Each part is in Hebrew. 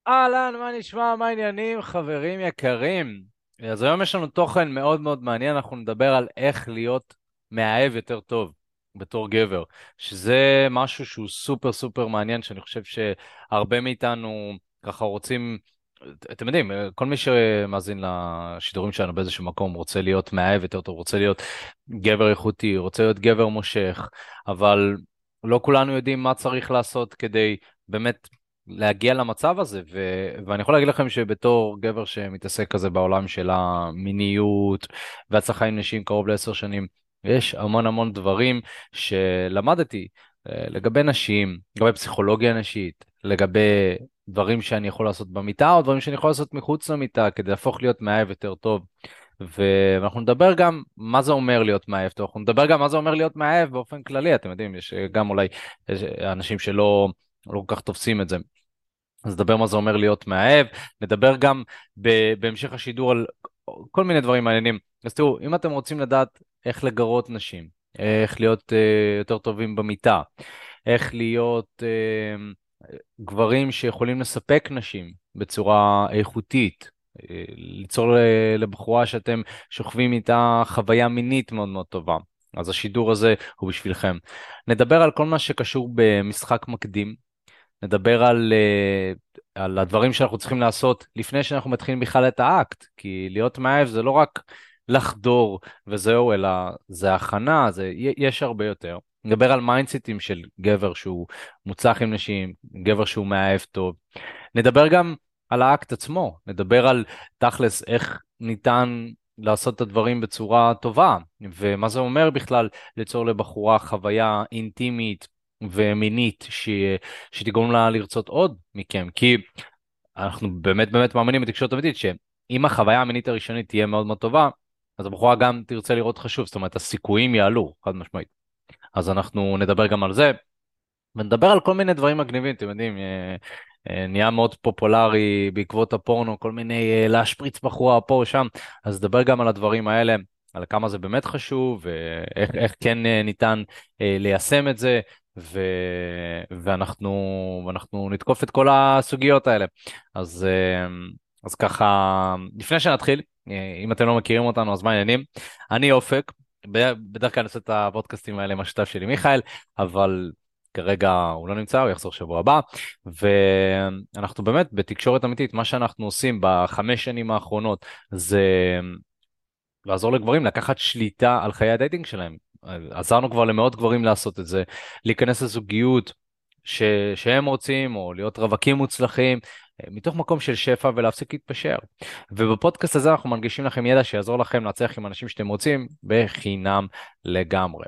אהלן, מה נשמע, מה העניינים, חברים יקרים? אז היום יש לנו תוכן מאוד מאוד מעניין, אנחנו נדבר על איך להיות מאהב יותר טוב בתור גבר, שזה משהו שהוא סופר סופר מעניין, שאני חושב שהרבה מאיתנו ככה רוצים, אתם יודעים, כל מי שמאזין לשידורים שלנו באיזשהו מקום רוצה להיות מאהב יותר טוב, רוצה להיות גבר איכותי, רוצה להיות גבר מושך, אבל לא כולנו יודעים מה צריך לעשות כדי באמת להגיע למצב הזה, ואני יכול להגיד לכם שבתור גבר שמתעסק כזה בעולם של המיניות והצלחה עם נשים קרוב ל10 שנים, יש המון המון דברים שלמדתי לגבי נשים, לגבי פסיכולוגיה נשית, לגבי דברים שאני יכול לעשות במיטה, או דברים שאני יכול לעשות מחוץ למיטה, כדי להפוך להיות מאהב יותר טוב. ואנחנו נדבר גם מה זה אומר להיות מאהב טוב, אנחנו נדבר גם מה זה אומר להיות מאהב באופן כללי, אתם יודעים, יש גם אולי אנשים שלא כל כך תופסים את זה. אז נדבר מה זה אומר להיות מאהב, נדבר גם בהמשך השידור על כל מיני דברים מעניינים. אז תראו, אם אתם רוצים לדעת איך לגרות נשים, איך להיות יותר טובים במיטה, איך להיות גברים שיכולים לספק נשים בצורה איכותית, ליצור לבחורה שאתם שוכבים איתה חוויה מינית מאוד מאוד טובה. אז השידור הזה הוא בשבילכם. נדבר על כל מה שקשור במשחק מקדים, נדבר על הדברים שאנחנו צריכים לעשות לפני שאנחנו מתחילים בכלל את האקט, כי להיות מאהב זה לא רק לחדור וזהו, אלא זה הכנה, יש הרבה יותר. נדבר על מיינדסטים של גבר שהוא מוצלח עם נשים, גבר שהוא מאהב טוב. נדבר גם על האקט עצמו, נדבר על תכלס איך ניתן לעשות את הדברים בצורה טובה, ומה זה אומר בכלל ליצור לבחורה חוויה אינטימית ומינית שתגרום לה לרצות עוד מכם, כי אנחנו באמת באמת מאמינים בתקשורת אמיתית שאם החוויה המינית הראשונית תהיה מאוד מאוד טובה, אז הבחורה גם תרצה לראות חשוב, זאת אומרת הסיכויים יעלו, חד משמעית. אז אנחנו נדבר גם על זה, ונדבר על כל מיני דברים מגניבים, אתם יודעים, נהיה מאוד פופולרי בעקבות הפורנו, כל מיני להשפריץ בחורה פה או שם, אז נדבר גם על הדברים האלה, על כמה זה באמת חשוב, ואיך כן ניתן ליישם את זה, ו... ואנחנו נתקוף את כל הסוגיות האלה. אז, אז ככה, לפני שנתחיל, אם אתם לא מכירים אותנו, אז מה העניינים? אני אופק, בדרך כלל אני עושה את הפודקאסטים האלה עם השותף שלי מיכאל, אבל כרגע הוא לא נמצא, הוא יחזור שבוע הבא, ואנחנו באמת בתקשורת אמיתית, מה שאנחנו עושים ב5 שנים האחרונות זה לעזור לגברים לקחת שליטה על חיי הדייטינג שלהם. עזרנו כבר למאות גברים לעשות את זה, להיכנס לזוגיות שהם רוצים, או להיות רווקים מוצלחים, מתוך מקום של שפע ולהפסיק להתפשר. ובפודקאסט הזה אנחנו מנגישים לכם ידע שיעזור לכם להצליח עם אנשים שאתם רוצים בחינם לגמרי.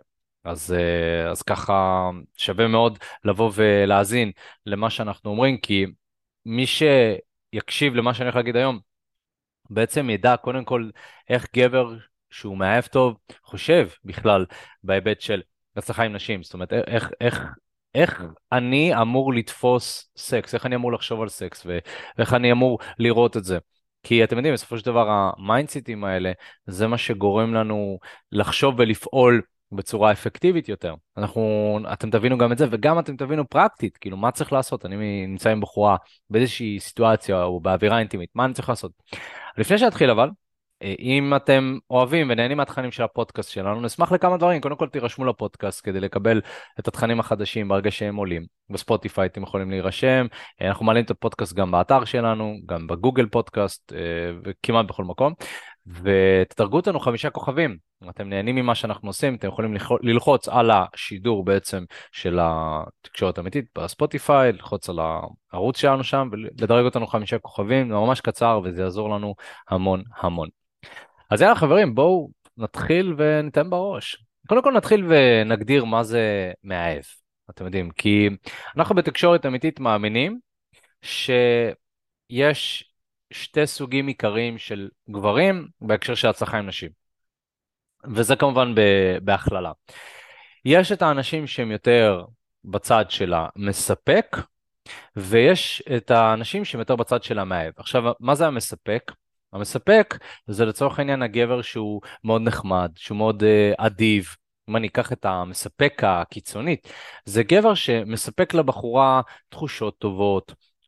אז ככה שווה מאוד לבוא ולהאזין למה שאנחנו אומרים, כי מי שיקשיב למה שאני הולך להגיד היום, בעצם ידע קודם כל איך גבר שהוא מאהב טוב חושב בכלל בהיבט של הצלחה עם נשים, זאת אומרת איך אני אמור לתפוס סקס, איך אני אמור לחשוב על סקס ואיך אני אמור לראות את זה. כי אתם יודעים, בסופו של דבר המיינדסיטים האלה זה מה שגורם לנו לחשוב ולפעול בצורה אפקטיבית יותר. אתם תבינו גם את זה, וגם אתם תבינו פרקטית, כאילו מה צריך לעשות. אני נמצא עם בחורה באיזושהי סיטואציה או באווירה אינטימית, מה אני צריך לעשות? לפני שאתחיל אבל, אם אתם אוהבים ונהנים מהתכנים של הפודקאסט שלנו, נשמח לכמה דברים. קודם כל תירשמו לפודקאסט כדי לקבל את התכנים החדשים ברגע שהם עולים. בספוטיפיי אתם יכולים להירשם, אנחנו מעלים את הפודקאסט גם באתר שלנו, גם בגוגל פודקאסט, וכמעט בכל מקום. ותדרגו אותנו 5 כוכבים. אם אתם נהנים ממה שאנחנו עושים, אתם יכולים ללחוץ על השידור בעצם של התקשורת האמיתית בספוטיפיי, ללחוץ על הערוץ שלנו שם ולדרג אותנו 5 כוכבים, זה ממש קצר וזה יעזור לנו המון המון. אז יאללה חברים, בואו נתחיל וניתן בראש. קודם כל נתחיל ונגדיר מה זה מאהב. אתם יודעים, כי אנחנו בתקשורת אמיתית מאמינים שיש 2 סוגים עיקריים של גברים בהקשר של הצלחה עם נשים. וזה כמובן בהכללה. יש את האנשים שהם יותר בצד של המספק, ויש את האנשים שהם יותר בצד של המאהב. עכשיו, מה זה המספק? המספק זה לצורך העניין הגבר שהוא מאוד נחמד, שהוא מאוד אדיב. אם אני אקח את המספק הקיצונית, זה גבר שמספק לבחורה תחושות טובות,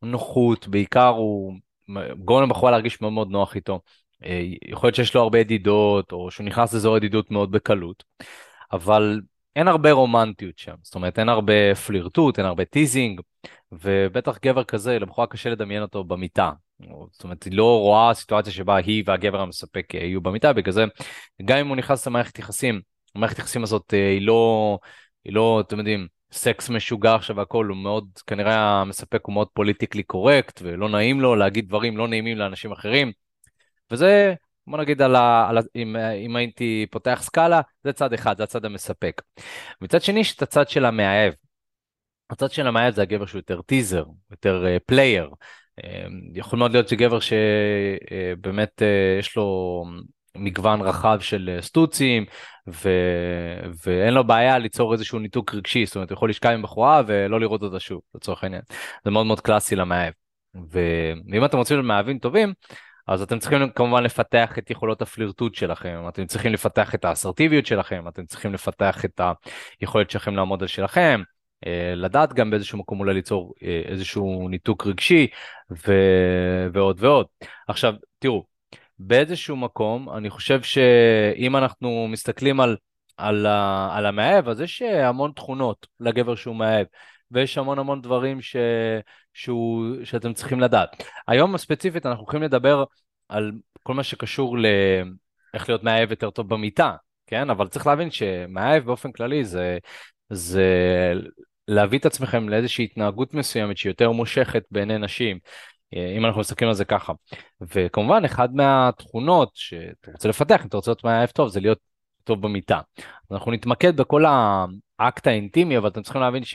נוחות, בעיקר הוא גורם לבחורה להרגיש מאוד מאוד נוח איתו. יכול להיות שיש לו הרבה ידידות, או שהוא נכנס לאזור ידידות מאוד בקלות, אבל אין הרבה רומנטיות שם, זאת אומרת אין הרבה פלירטוט, אין הרבה טיזינג, ובטח גבר כזה, לבחורה קשה לדמיין אותו במיטה. זאת אומרת, היא לא רואה סיטואציה שבה היא והגבר המספק יהיו במיטה, בגלל זה, גם אם הוא נכנס למערכת יחסים, המערכת יחסים הזאת היא לא, אתם יודעים, סקס משוגע עכשיו והכל, הוא מאוד, כנראה המספק הוא מאוד פוליטיקלי קורקט, ולא נעים לו להגיד דברים לא נעימים לאנשים אחרים, וזה, בוא נגיד, אם הייתי פותח סקאלה, זה צד אחד, זה הצד המספק. מצד שני, יש את הצד של המאהב. הצד של המאהב זה הגבר שהוא יותר טיזר, יותר פלייר. יכול מאוד להיות שגבר שבאמת יש לו מגוון רחב של סטוצים, ו... ואין לו בעיה ליצור איזשהו ניתוק רגשי, זאת אומרת, הוא יכול לשכב עם בחורה ולא לראות אותה שוב, לצורך העניין. זה מאוד מאוד קלאסי למאהב. ואם אתם רוצים להיות מאהבים טובים, אז אתם צריכים כמובן לפתח את יכולות הפלירטוט שלכם, אתם צריכים לפתח את האסרטיביות שלכם, אתם צריכים לפתח את היכולת שלכם לעמוד על שלכם, לדעת גם באיזשהו מקום אולי ליצור איזשהו ניתוק רגשי ועוד ועוד. עכשיו, תראו, באיזשהו מקום, אני חושב שאם אנחנו מסתכלים על המאהב, אז יש המון תכונות לגבר שהוא מאהב, ויש המון המון דברים שאתם צריכים לדעת. היום ספציפית אנחנו הולכים לדבר על כל מה שקשור לאיך להיות מאהב יותר טוב במיטה, כן? אבל צריך להבין שמאהב באופן כללי זה להביא את עצמכם לאיזושהי התנהגות מסוימת שהיא יותר מושכת בעיני נשים, אם אנחנו מסתכלים על זה ככה. וכמובן, אחד מהתכונות שאתה רוצה לפתח, אם אתה רוצה להיות מאהב טוב, זה להיות טוב במיטה. אנחנו נתמקד בכל האקט האינטימי, אבל אתם צריכים להבין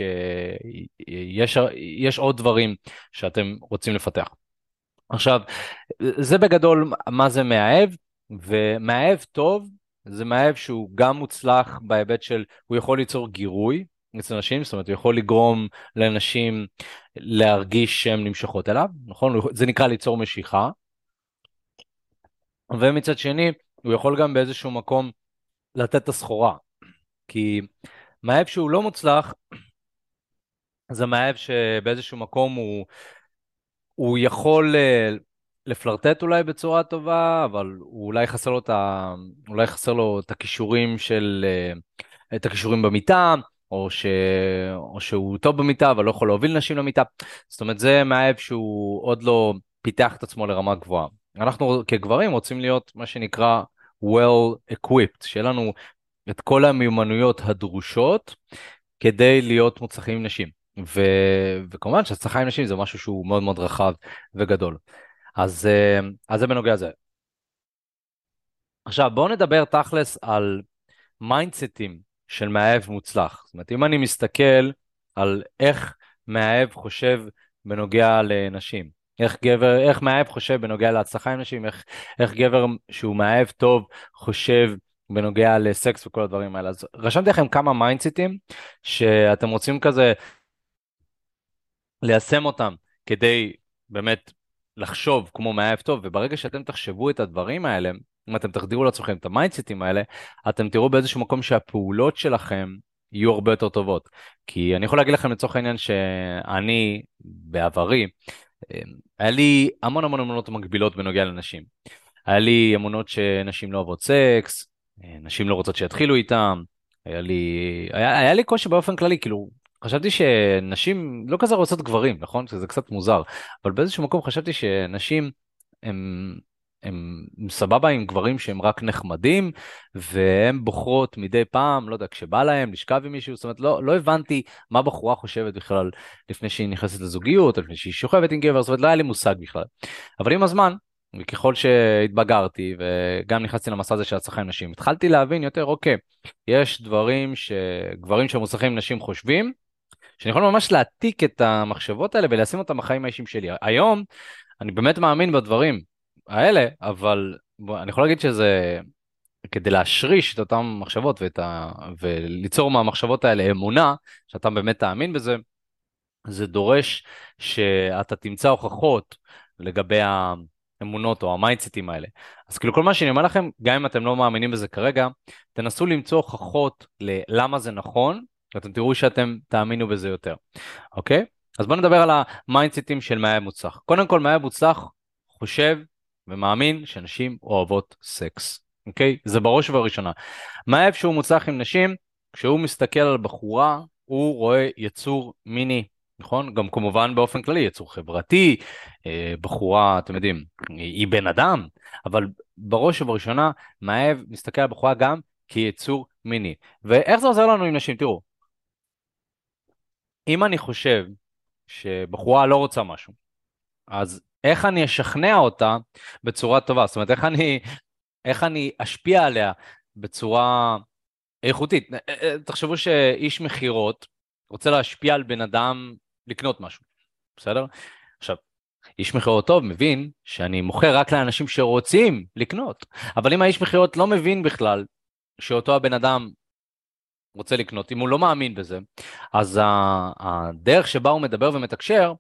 שיש עוד דברים שאתם רוצים לפתח. עכשיו, זה בגדול מה זה מאהב, ומאהב טוב זה מאהב שהוא גם מוצלח בהיבט של, הוא יכול ליצור גירוי אצל נשים, זאת אומרת, הוא יכול לגרום לנשים להרגיש שהן נמשכות אליו, נכון? זה נקרא ליצור משיכה, ומצד שני, הוא יכול גם באיזשהו מקום לתת את הסחורה, כי מאהב שהוא לא מוצלח, זה מאהב שבאיזשהו מקום הוא יכול לפלרטט אולי בצורה טובה, אבל הוא אולי חסר לו את הכישורים את הכישורים במיטה, או שהוא טוב במיטה, אבל לא יכול להוביל נשים למיטה. זאת אומרת, זה מאהב שהוא עוד לא פיתח את עצמו לרמה גבוהה. אנחנו כגברים רוצים להיות מה שנקרא well equipped, שיהיה לנו את כל המיומנויות הדרושות כדי להיות מוצלחים עם נשים. וכמובן שהצלחה עם נשים זה משהו שהוא מאוד מאוד רחב וגדול. אז זה בנוגע לזה. עכשיו בואו נדבר תכלס על מיינדסטים של מאהב מוצלח. זאת אומרת, אם אני מסתכל על איך מאהב חושב בנוגע לנשים, איך מאהב חושב בנוגע להצלחה עם נשים, איך גבר שהוא מאהב טוב חושב בנוגע לסקס וכל הדברים האלה. אז רשמתי לכם כמה מיינדסטים שאתם רוצים כזה ליישם אותם כדי באמת לחשוב כמו מאהב טוב, וברגע שאתם תחשבו את הדברים האלה, אם אתם תחדירו לעצמכם את המיינדסטים האלה, אתם תראו באיזשהו מקום שהפעולות שלכם יהיו הרבה יותר טובות. כי אני יכול להגיד לכם לצורך העניין שאני בעברי, היה לי המון המון אמונות מגבילות בנוגע לנשים. היה לי אמונות שנשים לא אוהבות סקס, נשים לא רוצות שיתחילו איתם, היה לי קושי באופן כללי, כאילו, חשבתי שנשים לא כזה רוצות גברים, נכון? שזה קצת מוזר, אבל באיזשהו מקום חשבתי שנשים הם, הם סבבה עם גברים שהם רק נחמדים, והם בוחרות מדי פעם, לא יודע, כשבא להם לשכב עם מישהו, זאת אומרת, לא הבנתי מה בחורה חושבת בכלל לפני שהיא נכנסת לזוגיות, לפני שהיא שוכבת עם גבר, זאת אומרת, לא היה לי מושג בכלל. אבל עם הזמן, וככל שהתבגרתי וגם נכנסתי למסע הזה של הצלחה עם נשים, התחלתי להבין יותר, אוקיי, יש דברים שגברים שמוצלחים עם נשים חושבים, שאני יכול ממש להעתיק את המחשבות האלה ולשים אותם בחיים האישיים שלי. היום אני באמת מאמין בדברים האלה, אבל אני יכול להגיד שזה כדי להשריש את אותן מחשבות וליצור מהמחשבות האלה אמונה, שאתה באמת תאמין בזה, זה דורש שאתה תמצא הוכחות לגבי האמונות או המיינדסטים האלה. אז כאילו כל מה שאני אומר לכם, גם אם אתם לא מאמינים בזה כרגע, תנסו למצוא הוכחות ללמה זה נכון, ואתם תראו שאתם תאמינו בזה יותר, אוקיי? אז בוא נדבר על המיינדסטים של מאהב מוצלח. קודם כל, מאהב מוצלח חושב ומאמין שנשים אוהבות סקס, אוקיי? זה בראש ובראשונה. מאהב שהוא מוצלח עם נשים, כשהוא מסתכל על בחורה, הוא רואה יצור מיני, נכון? גם כמובן באופן כללי, יצור חברתי, בחורה, אתם יודעים, היא בן אדם, אבל בראש ובראשונה, מאהב מסתכל על בחורה גם כיצור מיני. ואיך זה עוזר לנו עם נשים? תראו, אם אני חושב שבחורה לא רוצה משהו, אז איך אני אשכנע אותה בצורה טובה? זאת אומרת, איך אני אשפיע עליה בצורה איכותית? תחשבו שאיש מכירות רוצה להשפיע על בן אדם לקנות משהו, בסדר? עכשיו, איש מכירות טוב מבין שאני מוכר רק לאנשים שרוצים לקנות, אבל אם האיש מכירות לא מבין בכלל שאותו הבן אדם רוצה לקנות, אם הוא לא מאמין בזה, אז הדרך שבה הוא מדבר ומתקשר,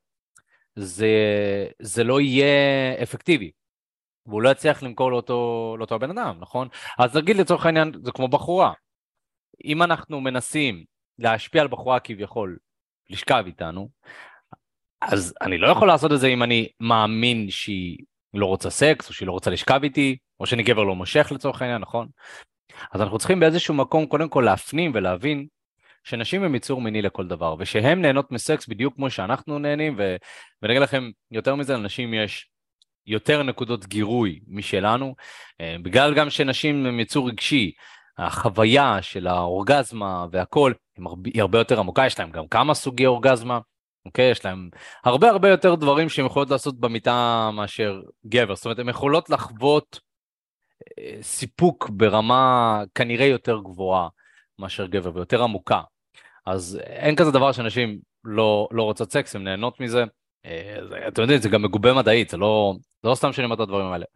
זה לא יהיה אפקטיבי, והוא לא יצליח למכור לאותו הבן אדם, נכון? אז נגיד לצורך העניין, זה כמו בחורה. אם אנחנו מנסים להשפיע על בחורה כביכול, לשכב איתנו, אז אני לא יכול לעשות את זה אם אני מאמין שהיא לא רוצה סקס, או שהיא לא רוצה לשכב איתי, או שאני גבר לא מושך לצורך העניין, נכון? אז אנחנו צריכים באיזשהו מקום קודם כל להפנים ולהבין שנשים הם יצור מיני לכל דבר, ושהם נהנות מסקס בדיוק כמו שאנחנו נהנים, ונגיד לכם, יותר מזה, לנשים יש יותר נקודות גירוי משלנו, בגלל גם שנשים הם יצור רגשי, החוויה של האורגזמה והכל, היא הרבה יותר עמוקה, יש להם גם כמה סוגי אורגזמה, אוקיי? יש להם הרבה יותר דברים שהן יכולות לעשות במיטה מאשר גבר, זאת אומרת, הן יכולות לחוות סיפוק ברמה כנראה יותר גבוהה מאשר גבר, ויותר עמוקה. אז אין כזה דבר שאנשים לא רוצות סקס, הן נהנות מזה. אתם יודעים, זה גם מגובה מדעית, זה לא סתם שאני אומר את הדברים האלה.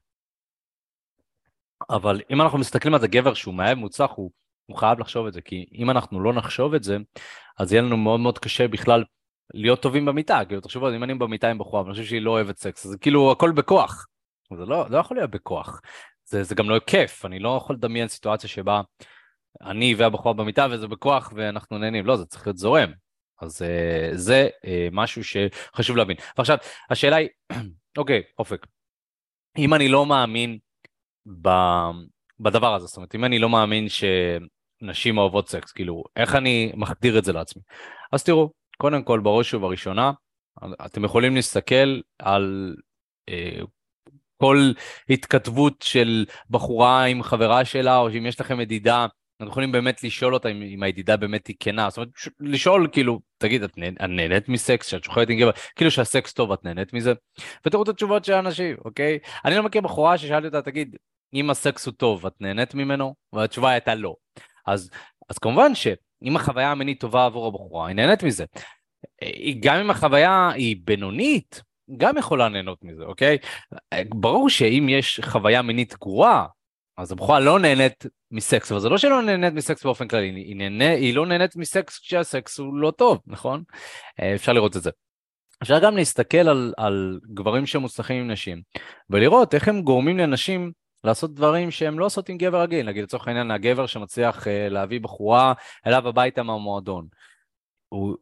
אבל אם אנחנו מסתכלים על זה, גבר שהוא מאהב מוצלח, הוא חייב לחשוב את זה, כי אם אנחנו לא נחשוב את זה, אז יהיה לנו מאוד מאוד קשה בכלל להיות טובים במיטה. כאילו, תחשבו, אם אני במיטה עם בחורה, ואני חושב שהיא לא אוהבת סקס, אז כאילו הכל בכוח. זה לא יכול להיות בכוח. זה גם לא כיף, אני לא יכול לדמיין סיטואציה שבה אני והבחורה במיטה וזה בכוח ואנחנו נהנים, לא, זה צריך להיות זורם. אז זה משהו שחשוב להבין. ועכשיו, השאלה היא, אוקיי, אופק, אם אני לא מאמין ב, בדבר הזה, זאת אומרת, אם אני לא מאמין שנשים אוהבות סקס, כאילו, איך אני מחדיר את זה לעצמי? אז תראו, קודם כל, בראש ובראשונה, אתם יכולים להסתכל על כל התכתבות של בחורה עם חברה שלה, או אם יש לכם ידידה, אנחנו יכולים באמת לשאול אותה אם הידידה באמת היא כנה, זאת אומרת, לשאול כאילו, תגיד, את נהנית מסקס, שאת שוחרת עם גבר, כאילו שהסקס טוב, את נהנית מזה? ותראו את התשובות של האנשים, אוקיי? אני לא מכיר בחורה ששאלתי אותה, תגיד, אם הסקס הוא טוב, את נהנית ממנו? והתשובה הייתה לא. אז כמובן שאם החוויה המינית טובה עבור הבחורה, היא נהנית מזה. גם אם החוויה היא בינונית, גם יכולה ליהנות מזה, אוקיי? ברור שאם יש חוויה מינית גרועה, אז הבחורה לא נהנית מסקס, אבל זה לא שלא נהנית מסקס באופן כללי, היא לא נהנית מסקס כשהסקס הוא לא טוב, נכון? אפשר לראות את זה. אפשר גם להסתכל על גברים שמוצלחים עם נשים, ולראות איך הם גורמים לנשים לעשות דברים שהם לא עושות עם גבר רגיל. נגיד לצורך העניין, הגבר שמצליח להביא בחורה אליו הביתה מהמועדון. הוא,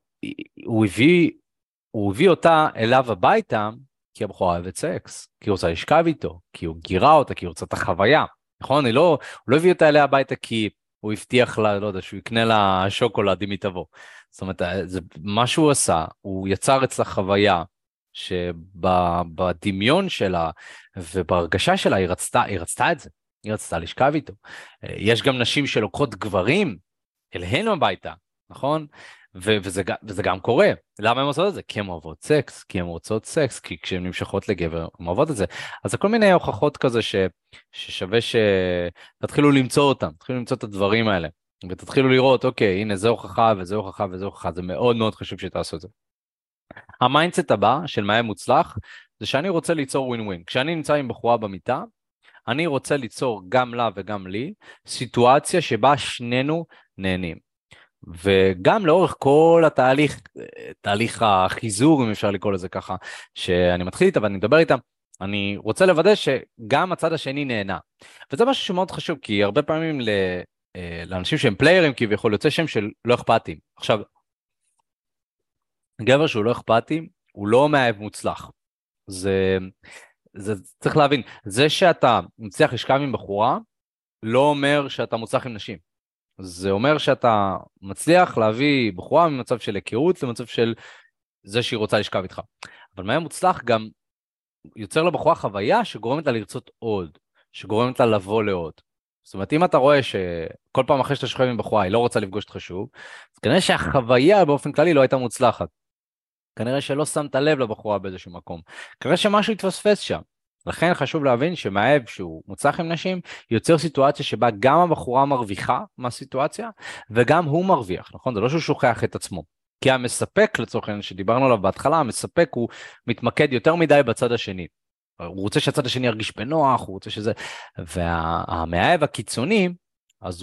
הוא הביא אותה אליו הביתה, כי הבחורה אוהבת סקס, כי היא רוצה לשכב איתו, כי הוא גירה אותה, כי הוא רוצה את החוויה. נכון? הוא לא הביא אותה אליה הביתה כי הוא הבטיח לה, לא יודע, שהוא יקנה לה שוקולד אם היא תבוא. זאת אומרת, זה מה שהוא עשה, הוא יצר אצלה חוויה, שבדמיון שלה ובהרגשה שלה היא רצתה את זה, היא רצתה לשכב איתו. יש גם נשים שלוקחות גברים אליהן הביתה, נכון? וזה גם קורה. למה הן עושות את זה? כי הן אוהבות סקס, כי הן רוצות סקס, כי כשהן נמשכות לגבר, הן אוהבות את זה. אז זה כל מיני הוכחות כזה ששווה שתתחילו למצוא אותם, תתחילו למצוא את הדברים האלה, ותתחילו לראות, אוקיי, הנה, זה הוכחה, וזה הוכחה, וזה הוכחה, זה מאוד מאוד חשוב שתעשו את זה. המיינדסט הבא של מאהב מוצלח, זה שאני רוצה ליצור ווין ווין. כשאני נמצא עם בחורה במיטה, אני רוצה ליצור גם לה וגם לי, סיטואציה שבה שנינו נהנים. וגם לאורך כל התהליך, תהליך החיזור, אם אפשר לקרוא לזה ככה, שאני מתחיל איתה ואני מדבר איתה, אני רוצה לוודא שגם הצד השני נהנה. וזה משהו שמאוד חשוב, כי הרבה פעמים לאנשים שהם פליירים, כביכול יוצא שם של לא אכפתים. עכשיו, גבר שהוא לא אכפתי, הוא לא מאהב מוצלח. זה, זה צריך להבין, זה שאתה מצליח לשכב עם בחורה, לא אומר שאתה מוצלח עם נשים. זה אומר שאתה מצליח להביא בחורה ממצב של היכרות למצב של זה שהיא רוצה לשכב איתך. אבל מאהב מוצלח גם יוצר לבחורה חוויה שגורמת לה לרצות עוד, שגורמת לה לבוא לעוד. זאת אומרת, אם אתה רואה שכל פעם אחרי שאתה שוכב עם בחורה, היא לא רוצה לפגוש אותך שוב, אז כנראה שהחוויה באופן כללי לא הייתה מוצלחת. כנראה שלא שמת לב לבחורה באיזשהו מקום. כנראה שמשהו התפספס שם. לכן חשוב להבין שמאהב שהוא מוצלח עם נשים, יוצר סיטואציה שבה גם הבחורה מרוויחה מהסיטואציה, וגם הוא מרוויח, נכון? זה לא שהוא שוכח את עצמו. כי המספק, לצורך העניין שדיברנו עליו בהתחלה, המספק הוא מתמקד יותר מדי בצד השני. הוא רוצה שהצד השני ירגיש בנוח, הוא רוצה שזה... והמאהב הקיצוני, אז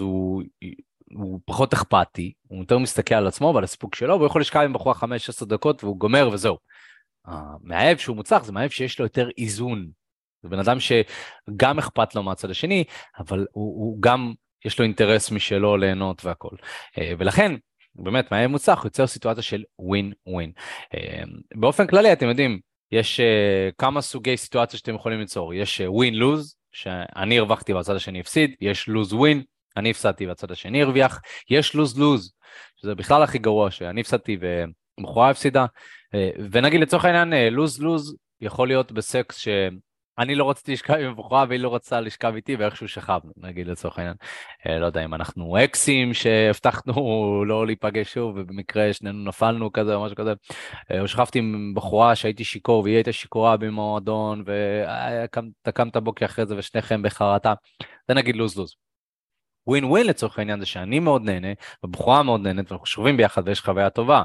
הוא פחות אכפתי, הוא יותר מסתכל על עצמו ועל הסיפוק שלו, והוא יכול לשכב עם בחורה 5-10 דקות והוא גומר וזהו. המאהב שהוא מוצלח זה מאהב שיש לו יותר איזון. זה בן אדם שגם אכפת לו מהצד השני, אבל הוא גם יש לו אינטרס משלו ליהנות והכל. ולכן, באמת, מאהב מוצלח יוצר סיטואציה של ווין ווין. באופן כללי, אתם יודעים, יש כמה סוגי סיטואציה שאתם יכולים ליצור. יש ווין לוז, שאני הרווחתי והצד השני הפסיד, יש לוז ווין, אני הפסדתי והצד השני הרוויח, יש לוז לוז, שזה בכלל הכי גרוע, שאני הפסדתי ובחורה הפסידה, ונגיד לצורך העניין לוז לוז יכול להיות בסקס שאני לא רציתי לשכב עם בחורה והיא לא רצתה לשכב איתי ואיכשהו שכבנו, נגיד לצורך העניין, לא יודע אם אנחנו אקסים שהבטחנו לא להיפגש שוב ובמקרה שנינו נפלנו כזה או משהו כזה, או שכבתי עם בחורה שהייתי שיקור והיא הייתה שיקורה במועדון ואתה קמת בוקר אחרי זה ושניכם בחרטה, זה נגיד לוז לוז. ווין ווין לצורך העניין זה שאני מאוד נהנה, ובחורה מאוד נהנית, ואנחנו שוכבים ביחד ויש חוויה טובה.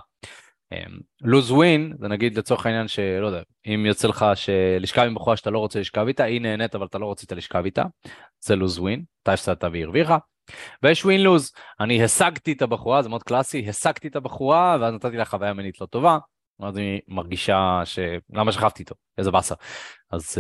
לוז ווין, זה נגיד לצורך העניין שלא יודע, אם יוצא לך לשכב עם בחורה שאתה לא רוצה לשכב איתה, היא נהנית אבל אתה לא רצית לשכב איתה, זה לוז ווין, אתה הפסדת והיא הרוויחה. ויש ווין לוז, אני השגתי את הבחורה, זה מאוד קלאסי, השגתי את הבחורה ואז נתתי לה חוויה מינית לא טובה, אז היא מרגישה למה שכבתי איתו, איזה באסה. אז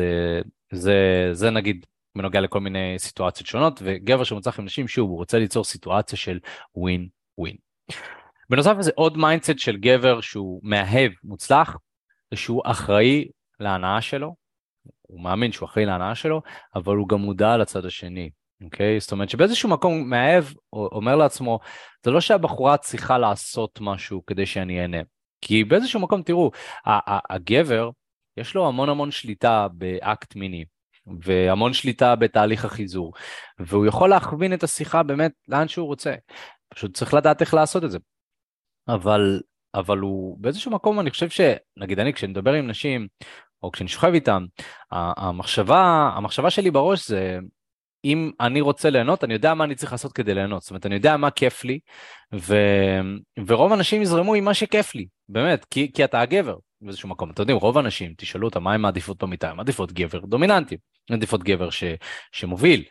זה נגיד בנוגע לכל מיני סיטואציות שונות, וגבר שמוצלח עם נשים, שוב, הוא רוצה ליצור סיטואציה של ווין ווין. בנוסף לזה, עוד מיינדסט של גבר שהוא מאהב מוצלח, זה שהוא אחראי להנאה שלו, הוא מאמין שהוא אחראי להנאה שלו, אבל הוא גם מודע לצד השני, אוקיי? זאת אומרת שבאיזשהו מקום מאהב אומר לעצמו, זה לא שהבחורה צריכה לעשות משהו כדי שאני אהנה, כי באיזשהו מקום, תראו, הגבר, יש לו המון המון שליטה באקט מיני, והמון שליטה בתהליך החיזור, והוא יכול להכווין את השיחה באמת לאן שהוא רוצה, פשוט צריך לדעת איך לעשות את זה. אבל הוא באיזשהו מקום, אני חושב שנגיד אני כשאני מדבר עם נשים, או כשאני שוכב איתם, המחשבה שלי בראש זה, אם אני רוצה ליהנות, אני יודע מה אני צריך לעשות כדי ליהנות, זאת אומרת, אני יודע מה כיף לי, ורוב האנשים יזרמו עם מה שכיף לי, באמת, כי אתה הגבר באיזשהו מקום. אתם יודעים, רוב האנשים, תשאלו אותם, מה הם העדיפות במיטה? הם עדיפות גבר דומיננטי, עדיפות גבר שמוביל,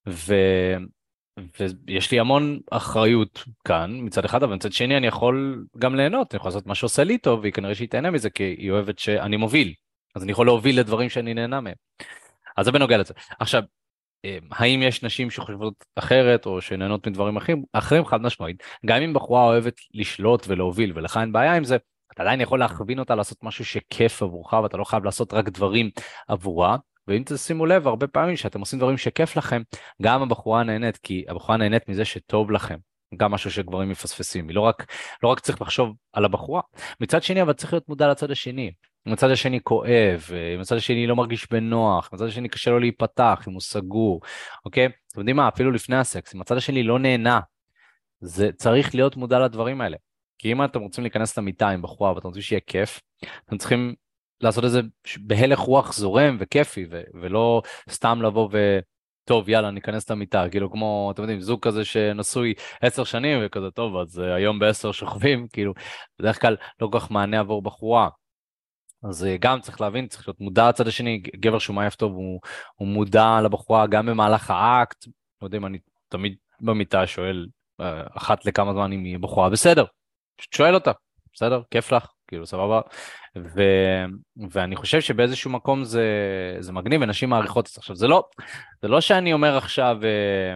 ויש לי המון אחריות כאן מצד אחד, אבל מצד שני אני יכול גם ליהנות, אני יכול לעשות מה שעושה לי טוב, והיא כנראה שהיא תהנה מזה, כי היא אוהבת שאני מוביל, אז אני יכול להוביל לדברים שאני נהנה מהם. אז זה בנוגע לזה. עכשיו, האם יש נשים שחושבות אחרת, או שנהנות מדברים אחרים חד משמעית, גם אם בחורה אוהבת לשלוט ולהוביל, ולך אין בעיה עם זה, אתה עדיין יכול להכווין אותה לעשות משהו שכיף עבורך, ואתה לא חייב לעשות רק דברים עבורה, ואם תשימו לב, הרבה פעמים שאתם עושים דברים שכיף לכם, גם הבחורה נהנית, כי הבחורה נהנית מזה שטוב לכם, גם משהו שגברים מפספסים, היא לא רק צריך לחשוב על הבחורה, מצד שני, אבל צריך להיות מודע לצד השני, מצד השני כואב, מצד השני לא מרגיש בנוח, מצד השני קשה לו להיפתח, אם הוא סגור, אוקיי? אתם יודעים מה, אפילו לפני הסקס, אם הצד השני לא נהנה, זה צריך להיות מודע לדברים האלה, כי אם אתם רוצים להיכנס למיטה עם בחורה, ואתם רוצים שיהיה כיף, אתם צריכים לעשות את זה בהלך רוח זורם וכיפי, ולא סתם לבוא טוב, יאללה, ניכנס למיטה, כאילו כמו, אתם יודעים, זוג כזה שנשוי 10 שנים, וכזה טוב, אז היום ב10 שוכבים, כאילו, בדרך כלל לא כל כך מענה עבור בחורה, אז גם צריך להבין, צריך להיות מודע לצד השני, גבר שהוא מאהב טוב, הוא מודע לבחורה גם במהלך האקט, לא יודע אם אני תמיד במיטה שואל, אחת לכמה זמן אם היא בחורה, בסדר, שואל אותה, בסדר, כיף לך, כאילו סבבה, ואני חושב שבאיזשהו מקום זה מגניב, ונשים מעריכות את זה. עכשיו, זה לא שאני אומר עכשיו,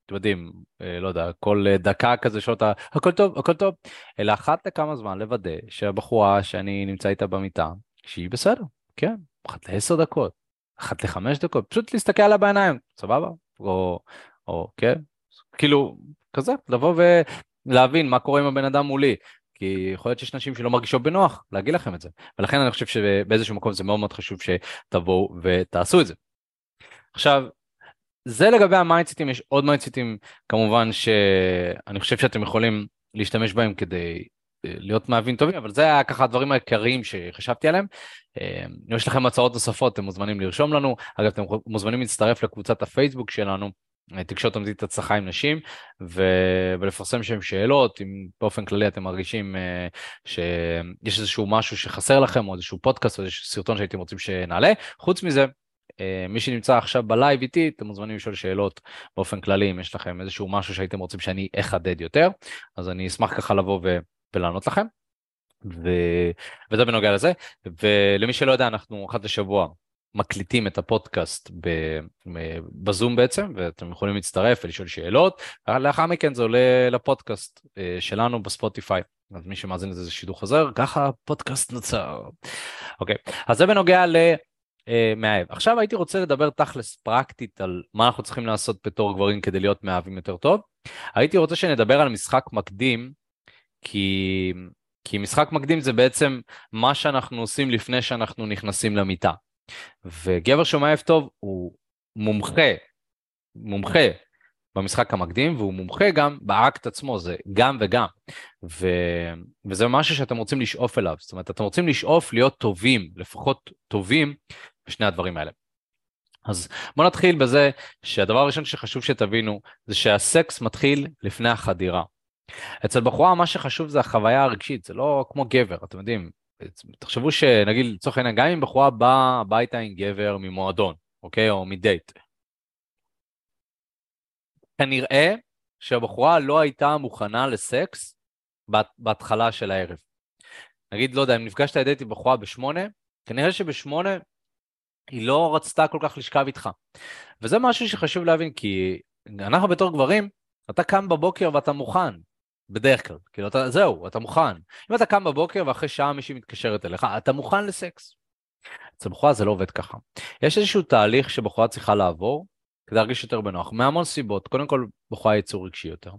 אתם יודעים, לא יודע, כל דקה כזה שעות, הכל טוב, הכל טוב, אלא אחת לכמה זמן לוודא שהבחורה שאני נמצא איתה במיטה, שהיא בסדר, כן, אחת ל10 דקות, אחת ל5 דקות, פשוט להסתכל עליה בעיניים, סבבה? או כן, כאילו, כזה, לבוא ולהבין מה קורה עם הבן אדם מולי, כי יכול להיות שיש נשים שלא מרגישות בנוח להגיד לכם את זה, ולכן אני חושב שבאיזשהו מקום זה מאוד מאוד חשוב שתבואו ותעשו את זה. עכשיו, זה לגבי המיינדסטים, יש עוד מיינדסטים כמובן שאני חושב שאתם יכולים להשתמש בהם כדי להיות מאהבים טובים, אבל זה היה ככה הדברים העיקריים שחשבתי עליהם. אם יש לכם הצעות נוספות, אתם מוזמנים לרשום לנו. אגב, אתם מוזמנים להצטרף לקבוצת הפייסבוק שלנו, תקשורת אמיתית הצלחה עם נשים, ולפרסם שם שאלות, אם באופן כללי אתם מרגישים שיש איזשהו משהו שחסר לכם, או איזשהו פודקאסט, או איזשהו סרטון שהייתם רוצים שנעלה. חוץ מזה, מי שנמצא עכשיו בלייב איתי, אתם מוזמנים לשאול שאלות באופן כללי, אם יש לכם איזשהו משהו שהייתם רוצים שאני אחדד יותר, אז אני אשמח ככה לבוא ולענות לכם, וזה בנוגע לזה. ולמי שלא יודע, אנחנו אחת לשבוע מקליטים את הפודקאסט בזום בעצם, ואתם יכולים להצטרף ולשאול שאלות, לאחר מכן זה עולה לפודקאסט שלנו בספוטיפיי, אז מי שמאזין לזה זה שידור חוזר, ככה הפודקאסט נוצר. אוקיי, אז זה בנוגע מאהב. עכשיו הייתי רוצה לדבר תכלס פרקטית על מה אנחנו צריכים לעשות בתור גברים כדי להיות מאהבים יותר טוב. הייתי רוצה שנדבר על משחק מקדים, כי משחק מקדים זה בעצם מה שאנחנו עושים לפני שאנחנו נכנסים למיטה. וגבר שמאהב טוב הוא מומחה במשחק המקדים, והוא מומחה גם באקט עצמו, זה גם וגם. וזה משהו שאתם רוצים לשאוף אליו, זאת אומרת, אתם רוצים לשאוף להיות טובים, לפחות טובים, בשני הדברים האלה. אז בואו נתחיל בזה שהדבר הראשון שחשוב שתבינו, זה שהסקס מתחיל לפני החדירה. אצל בחורה מה שחשוב זה החוויה הרגשית, זה לא כמו גבר, אתם יודעים, תחשבו שנגיד לצורך העניין, גם אם בחורה באה הביתה עם גבר ממועדון, אוקיי, או מדייט, כנראה שהבחורה לא הייתה מוכנה לסקס בהתחלה של הערב. נגיד, לא יודע, אם נפגשת לדייט עם בחורה ב8, כנראה שב8 היא לא רצתה כל כך לשכב איתך. וזה משהו שחשוב להבין, כי אנחנו בתור גברים, אתה קם בבוקר ואתה מוכן, בדרך כלל, כאילו זהו, אתה מוכן. אם אתה קם בבוקר ואחרי שעה מישהי מתקשרת אליך, אתה מוכן לסקס. אצל בחורה זה לא עובד ככה. יש איזשהו תהליך שבחורה צריכה כדי להרגיש יותר בנוח, מהמון סיבות. קודם כל, בחורה יצור רגשי יותר.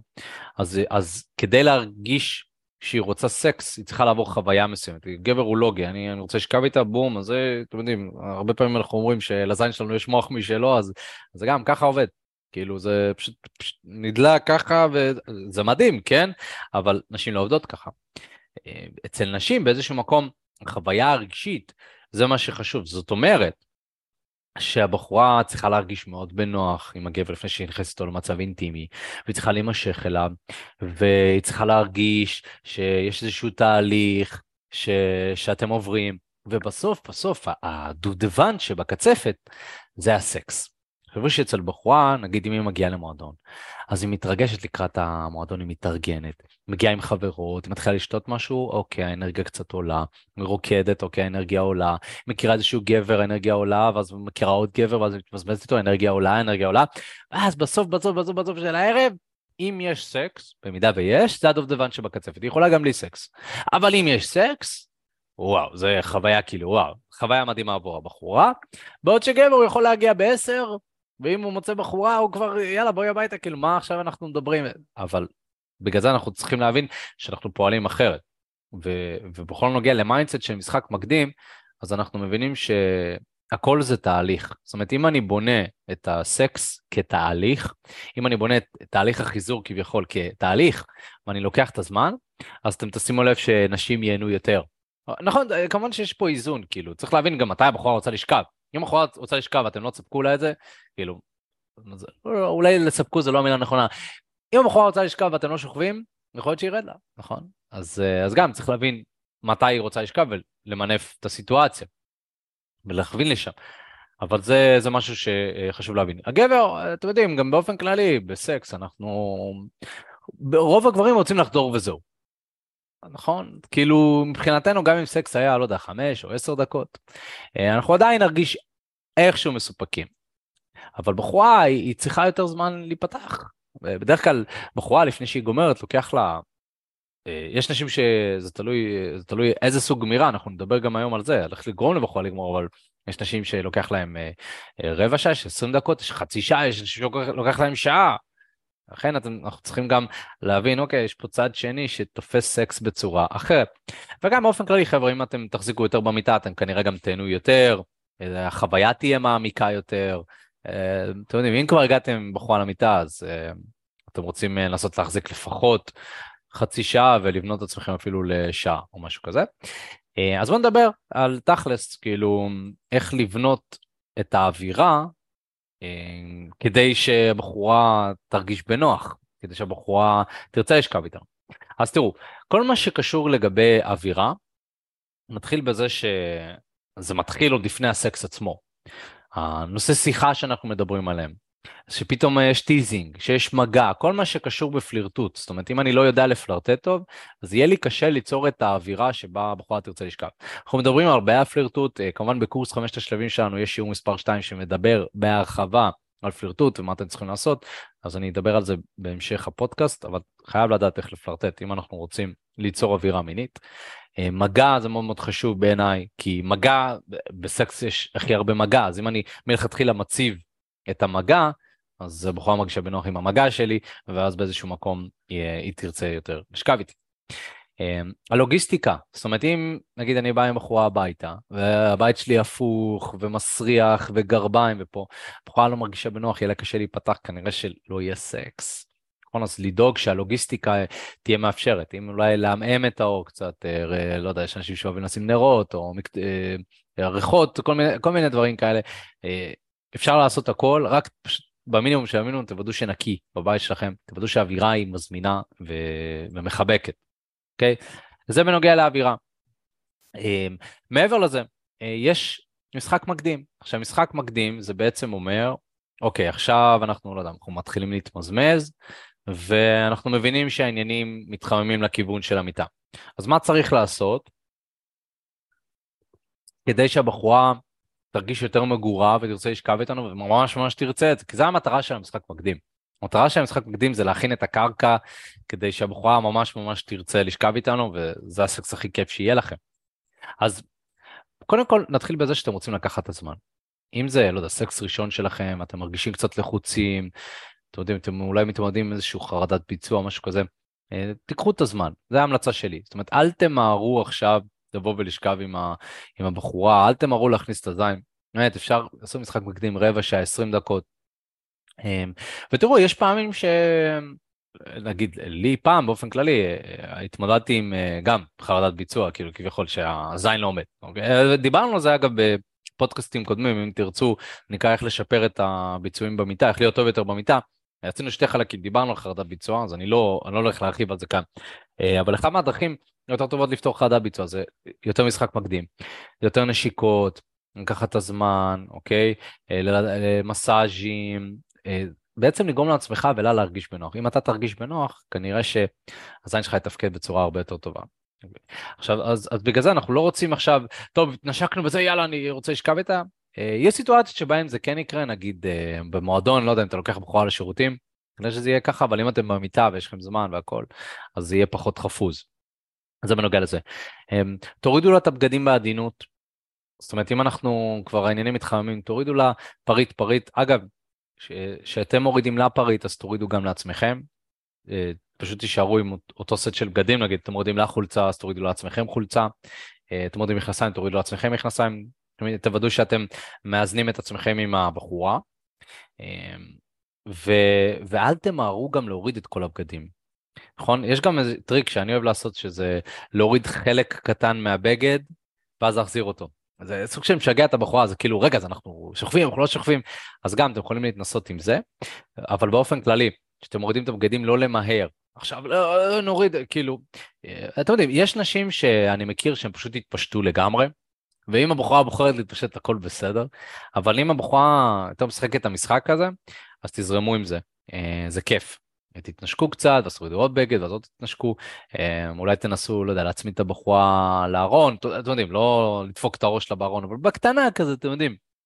אז כדי להרגיש שהיא רוצה סקס, היא צריכה לעבור חוויה מסוימת. גבר הוא לוגי, אני רוצה לשכב איתה, בום, אז זה, אתם יודעים, הרבה פעמים אנחנו אומרים שלזין שלנו יש מוח משלו, אז זה גם ככה עובד. כאילו זה פשוט נדלק ככה, וזה מדהים, כן? אבל נשים לא עובדות ככה. אצל נשים באיזשהו מקום, החוויה הרגשית, זה מה שחשוב. זאת אומרת, שהבחורה צריכה להרגיש מאוד בנוח עם הגבר לפני שהיא נכנסת איתו למצב אינטימי, והיא צריכה להימשך אליו, והיא צריכה להרגיש שיש איזשהו תהליך שאתם עוברים, ובסוף, הדובדבן שבקצפת זה הסקס. חשבו שאצל בחורה, נגיד אם היא מגיעה למועדון, אז היא מתרגשת לקראת המועדון, היא מתארגנת, מגיעה עם חברות, היא מתחילה לשתות משהו, אוקיי, האנרגיה קצת עולה, היא רוקדת, אוקיי, האנרגיה עולה, מכירה איזשהו גבר, האנרגיה עולה, ואז מכירה עוד גבר, ואז מתמזבזת איתו, האנרגיה עולה, ואז בסוף של הערב, אם יש סקס, במידה ויש, זה הדובדבן שבקצפת, היא יכולה גם בלי סקס, אבל אם יש סקס, וואו, זה חוויה כאילו, וואו, חוויה מדהימה עבור הבחורה, בעוד שגבר הוא יכול להגיע ב10, ואם הוא מוצא בחורה, הוא כבר, יאללה, בואי הביתה, כאילו, מה עכשיו אנחנו מדברים? אבל בגלל זה אנחנו צריכים להבין שאנחנו פועלים אחרת. ובכל נוגע למיינדסט של משחק מקדים, אז אנחנו מבינים שהכל זה תהליך. זאת אומרת, אם אני בונה את הסקס כתהליך, אם אני בונה את תהליך החיזור כביכול כתהליך, ואני לוקח את הזמן, אז אתם תשימו לב שנשים ייהנו יותר. נכון, כמובן שיש פה איזון, כאילו, צריך להבין גם מתי הבחורה רוצה לשכב. אם הבחורה רוצה לשכב, אתם לא תספקו לה את זה, כאילו, אולי לספקו זה לא המילה נכונה. אם הבחורה רוצה לשכב ואתם לא שוכבים, יכול להיות שירד לה, נכון? אז גם צריך להבין מתי היא רוצה לשכב ולמנף את הסיטואציה, ולהכווין לשם. אבל זה משהו שחשוב להבין. הגבר, אתם יודעים, גם באופן כללי, בסקס, רוב הגברים רוצים לחדור וזהו. נכון? כאילו, מבחינתנו, גם אם סקס היה, לא יודע, 5 או 10 דקות, אנחנו עדיין נרגיש איכשהו מסופקים. אבל בחורה, היא צריכה יותר זמן להיפתח. בדרך כלל בחורה לפני שהיא גומרת לוקח לה, יש נשים שזה תלוי, זה תלוי איזה סוג גמירה, אנחנו נדבר גם היום על זה, על איך לגרום לבחורה לגמור, אבל יש נשים שלוקח להם רבע שעה, 20 דקות, יש חצי שעה, יש נשים שלוקח להם שעה. לכן אנחנו צריכים גם להבין, אוקיי, יש פה צד שני שתופס סקס בצורה אחרת. וגם באופן כללי, חבר'ה, אם אתם תחזיקו יותר במיטה, אתם כנראה גם תהנו יותר, החוויה תהיה מעמיקה יותר. אתם יודעים, אם כבר הגעתם בחורה למיטה, אז אתם רוצים לנסות להחזיק לפחות חצי שעה ולבנות את עצמכם אפילו לשעה או משהו כזה. אז בואו נדבר על תכלס, כאילו, איך לבנות את האווירה, כדי שהבחורה תרגיש בנוח, כדי שהבחורה תרצה לשכב איתה. אז תראו, כל מה שקשור לגבי אווירה, נתחיל בזה שזה מתחיל עוד לפני הסקס עצמו. הנושא שיחה שאנחנו מדברים עליהם, שפתאום יש טיזינג, שיש מגע, כל מה שקשור בפלירטוט. זאת אומרת, אם אני לא יודע לפלרטט טוב, אז יהיה לי קשה ליצור את האווירה שבה הבחורה תרצה לשכב. אנחנו מדברים הרבה על פלירטוט, כמובן בקורס 5 השלבים שלנו יש שיעור מספר 2 שמדבר בהרחבה על פלירטוט ומה אתם צריכים לעשות, אז אני אדבר על זה בהמשך הפודקאסט, אבל חייב לדעת איך לפלרטט אם אנחנו רוצים ליצור אווירה מינית. מגע זה מאוד מאוד חשוב בעיניי, כי מגע, בסקס יש הכי הרבה מגע, אז אם אני מלכתחילה מציב את המגע, אז הבחורה מרגישה בנוח עם המגע שלי, ואז באיזשהו מקום היא תרצה יותר לשכב איתי. הלוגיסטיקה, זאת אומרת אם נגיד אני בא עם בחורה הביתה, והבית שלי הפוך ומסריח וגרביים ופה, הבחורה לא מרגישה בנוח, יהיה לה קשה להיפתח, כנראה שלא יהיה סקס. נכון, אז לדאוג שהלוגיסטיקה תהיה מאפשרת, אם אולי להמאם את האור קצת, לא יודע, יש אנשים שאוהבים לשים נרות, או ריחות, כל מיני דברים כאלה, אפשר לעשות הכל, רק במינימום של המינימום תוודאו שנקי בבית שלכם, תוודאו שהאווירה היא מזמינה ומחבקת, אוקיי? זה בנוגע לאווירה. מעבר לזה, יש משחק מקדים. עכשיו, משחק מקדים זה בעצם אומר, אוקיי, עכשיו אנחנו, לא יודע, אנחנו מתחילים להתמזמז, ואנחנו מבינים שהעניינים מתחממים לכיוון של המיטה. אז מה צריך לעשות? כדי שהבחורה תרגיש יותר מגורה ותרצה לשכב איתנו, וממש ממש תרצה את זה, כי זה המטרה של המשחק מקדים. המטרה של המשחק מקדים זה להכין את הקרקע, כדי שהבחורה ממש ממש תרצה לשכב איתנו, וזה הסקס הכי כיף שיהיה לכם. אז קודם כל נתחיל בזה שאתם רוצים לקחת את הזמן. אם זה, לא יודע, סקס ראשון שלכם, אתם מרגישים קצת לחוצים, אתם יודעים, אתם אולי מתמודדים עם איזשהו חרדת ביצוע, משהו כזה, תיקחו את הזמן, זה ההמלצה שלי. זאת אומרת, אל תמהרו עכשיו לבוא ולשכב עם הבחורה, אל תמהרו להכניס את הזין. באמת, אפשר לעשות משחק מקדים רבע שעה, 20 דקות. ותראו, יש פעמים נגיד, לי פעם באופן כללי, התמודדתי עם גם חרדת ביצוע, כאילו כביכול שהזין לא עומד. אוקיי? דיברנו על זה אגב בפודקאסטים קודמים, אם תרצו, נקרא איך לשפר את הביצועים במיטה, איך להיות טוב יותר במיטה. עשינו שתי חלקים, דיברנו על חרדת ביצוע, אז אני לא הולך להרחיב על זה כאן. אבל אחד מהדרכים יותר טובות לפתור חרדת ביצוע, זה יותר משחק מקדים, יותר נשיקות, לקחת את הזמן, אוקיי? מסאז'ים, בעצם לגרום לעצמך ולה להרגיש בנוח. אם אתה תרגיש בנוח, כנראה שהזין שלך יתפקד בצורה הרבה יותר טובה. עכשיו, אז בגלל זה אנחנו לא רוצים עכשיו, טוב, נשקנו בזה, יאללה, אני רוצה לשכב איתה. יש סיטואציות שבהן זה כן יקרה, נגיד במועדון, לא יודע אם אתה לוקח בחורה לשירותים, כנראה שזה יהיה ככה, אבל אם אתם במיטה ויש לכם זמן והכל, אז זה יהיה פחות חפוז. אז זה בנוגע לזה. תורידו לה את הבגדים בעדינות, זאת אומרת, אם אנחנו כבר העניינים מתחממים, תורידו לה פריט. אגב, שאתם מורידים לה פריט, אז תורידו גם לעצמכם. פשוט תישארו עם אותו סט של בגדים, נגיד, אתם מורידים לה חולצה, אז תורידו לעצמכם חולצה. אתם מורידים מכנסיים, תורידו לעצמכם מכנסיים. תוודאו שאתם מאזנים את עצמכם עם הבחורה. ואל תמהרו גם להוריד את כל הבגדים. נכון? יש גם איזה טריק שאני אוהב לעשות, שזה להוריד חלק קטן מהבגד, ואז להחזיר אותו. זה סוג של משגע את הבחורה, זה כאילו, רגע, אז אנחנו שוכבים, אנחנו לא שוכבים, אז גם אתם יכולים להתנסות עם זה, אבל באופן כללי, כשאתם מורידים את הבגדים, לא למהר. עכשיו, לא נוריד, כאילו, אתם יודעים, יש נשים שאני מכיר שהם פשוט התפשטו לגמרי, ואם הבחורה בוחרת להתפשט, הכל בסדר, אבל אם הבחורה יותר משחקת את המשחק הזה, אז תזרמו עם זה, זה כיף. תתנשקו קצת, אז תורידו עוד בגד, ואז עוד תתנשקו, אולי תנסו, לא יודע, להצמיד את הבחורה לארון, אתם יודעים, לא לדפוק את הראש שלה בארון, אבל בקטנה כזה, אתם יודעים,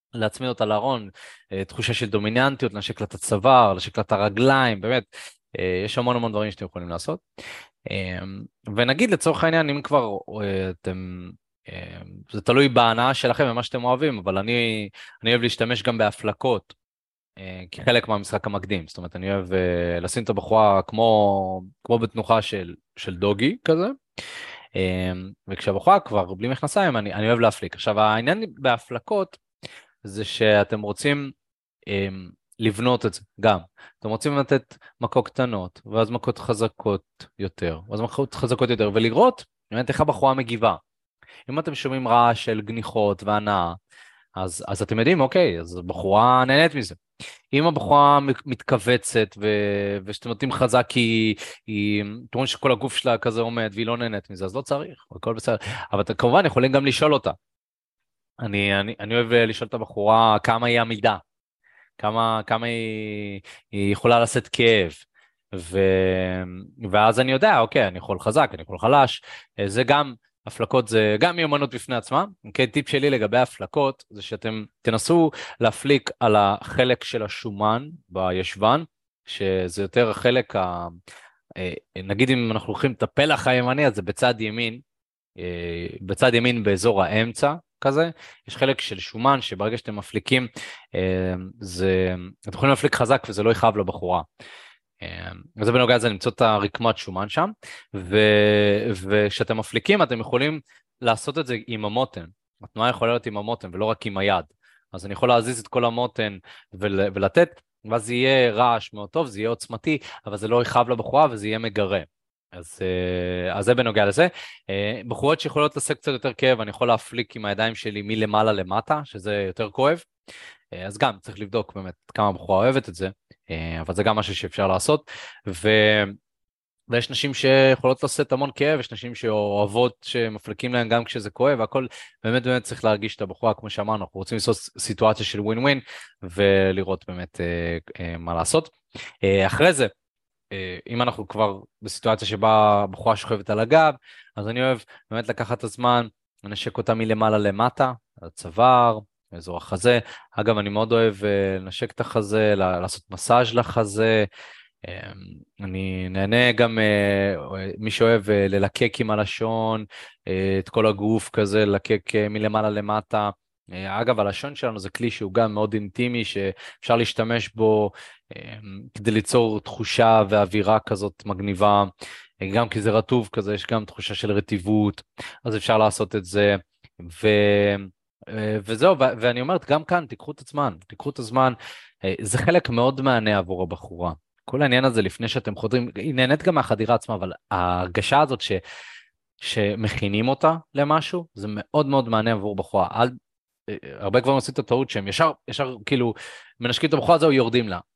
להצמיד אותה לארון, תחושה של דומיננטיות, לנשק לה את הצוואר, לנשק לה את הרגליים, באמת, יש המון המון דברים שאתם יכולים לעשות. ונגיד לצורך העניין, אם כבר אתם, זה תלוי בהנאה שלכם ומה שאתם אוהבים, אבל אני אוהב להשתמש גם בהפלקות, כחלק מהמשחק המקדים. זאת אומרת, אני אוהב לשים את הבחורה כמו בתנוחה של דוגי כזה, וכשהבחורה כבר בלי מכנסיים, אני אוהב להפליק. עכשיו, העניין בהפלקות, זה שאתם רוצים לבנות את זה גם. אתם רוצים לתת מכות קטנות, ואז מכות חזקות יותר, ואז מכות חזקות יותר, ולראות באמת איך הבחורה מגיבה. אם אתם שומעים רעש של גניחות והנאה, אז אתם יודעים, אוקיי, אז הבחורה נהנית מזה. אם הבחורה מתכווצת ושאתם נותנים חזק אתם רואים שכל הגוף שלה כזה עומד והיא לא נהנית מזה, אז לא צריך, הכל בסדר. אבל אתם כמובן יכולים גם לשאול אותה. אני אוהב לשאול את הבחורה כמה היא עמידה, כמה היא יכולה לשאת כאב, ו, ואז אני יודע, אוקיי, אני יכול חזק, אני יכול חלש, זה גם, הפלקות זה גם מיומנות בפני עצמה. אוקיי, טיפ שלי לגבי הפלקות, זה שאתם תנסו להפליק על החלק של השומן בישבן, שזה יותר החלק, נגיד אם אנחנו לוקחים את הפלח הימני, אז זה בצד ימין באזור האמצע, כזה, יש חלק של שומן שברגע שאתם מפליקים, אתם יכולים להפליק חזק וזה לא יכאב לבחורה. וזה בנוגע לזה למצוא את הרקמת שומן שם, וכשאתם מפליקים אתם יכולים לעשות את זה עם המותן. התנועה יכולה להיות עם המותן ולא רק עם היד. אז אני יכול להזיז את כל המותן ולתת, ואז יהיה רעש מאוד טוב, זה יהיה עוצמתי, אבל זה לא יכאב לבחורה וזה יהיה מגרה. אז זה בנוגע לזה. בחורות שיכולות לשאת קצת יותר כאב, אני יכול להפליק עם הידיים שלי מלמעלה למטה, שזה יותר כואב. אז גם צריך לבדוק באמת כמה בחורה אוהבת את זה, אבל זה גם משהו שאפשר לעשות. ויש נשים שיכולות לשאת המון כאב, יש נשים שאוהבות שמפליקים להן גם כשזה כואב, והכל באמת באמת צריך להרגיש את הבחורה, כמו שאמרנו, אנחנו רוצים לעשות סיטואציה של ווין ווין, ולראות באמת מה לעשות. אחרי זה, אם אנחנו כבר בסיטואציה שבה הבחורה שוכבת על הגב, אז אני אוהב באמת לקחת את הזמן, לנשק אותה מלמעלה למטה, על הצוואר, באזור החזה. אגב, אני מאוד אוהב לנשק את החזה, לעשות מסאז' לחזה. אני נהנה גם, מי שאוהב ללקק עם הלשון, את כל הגוף כזה, ללקק מלמעלה למטה. אגב, הלשון שלנו זה כלי שהוא גם מאוד אינטימי, שאפשר להשתמש בו כדי ליצור תחושה ואווירה כזאת מגניבה, גם כי זה רטוב כזה, יש גם תחושה של רטיבות, אז אפשר לעשות את זה, וזהו, ואני אומרת, גם כאן, תיקחו את הזמן, זה חלק מאוד מענה עבור הבחורה. כל העניין הזה לפני שאתם חודרים, היא נהנית גם מהחדירה עצמה, אבל ההרגשה הזאת שמכינים אותה למשהו, זה מאוד מאוד מענה עבור בחורה. הרבה גברים עושים את הטעות שהם ישר כאילו מנשקים את הבחורה הזו, יורדים לה.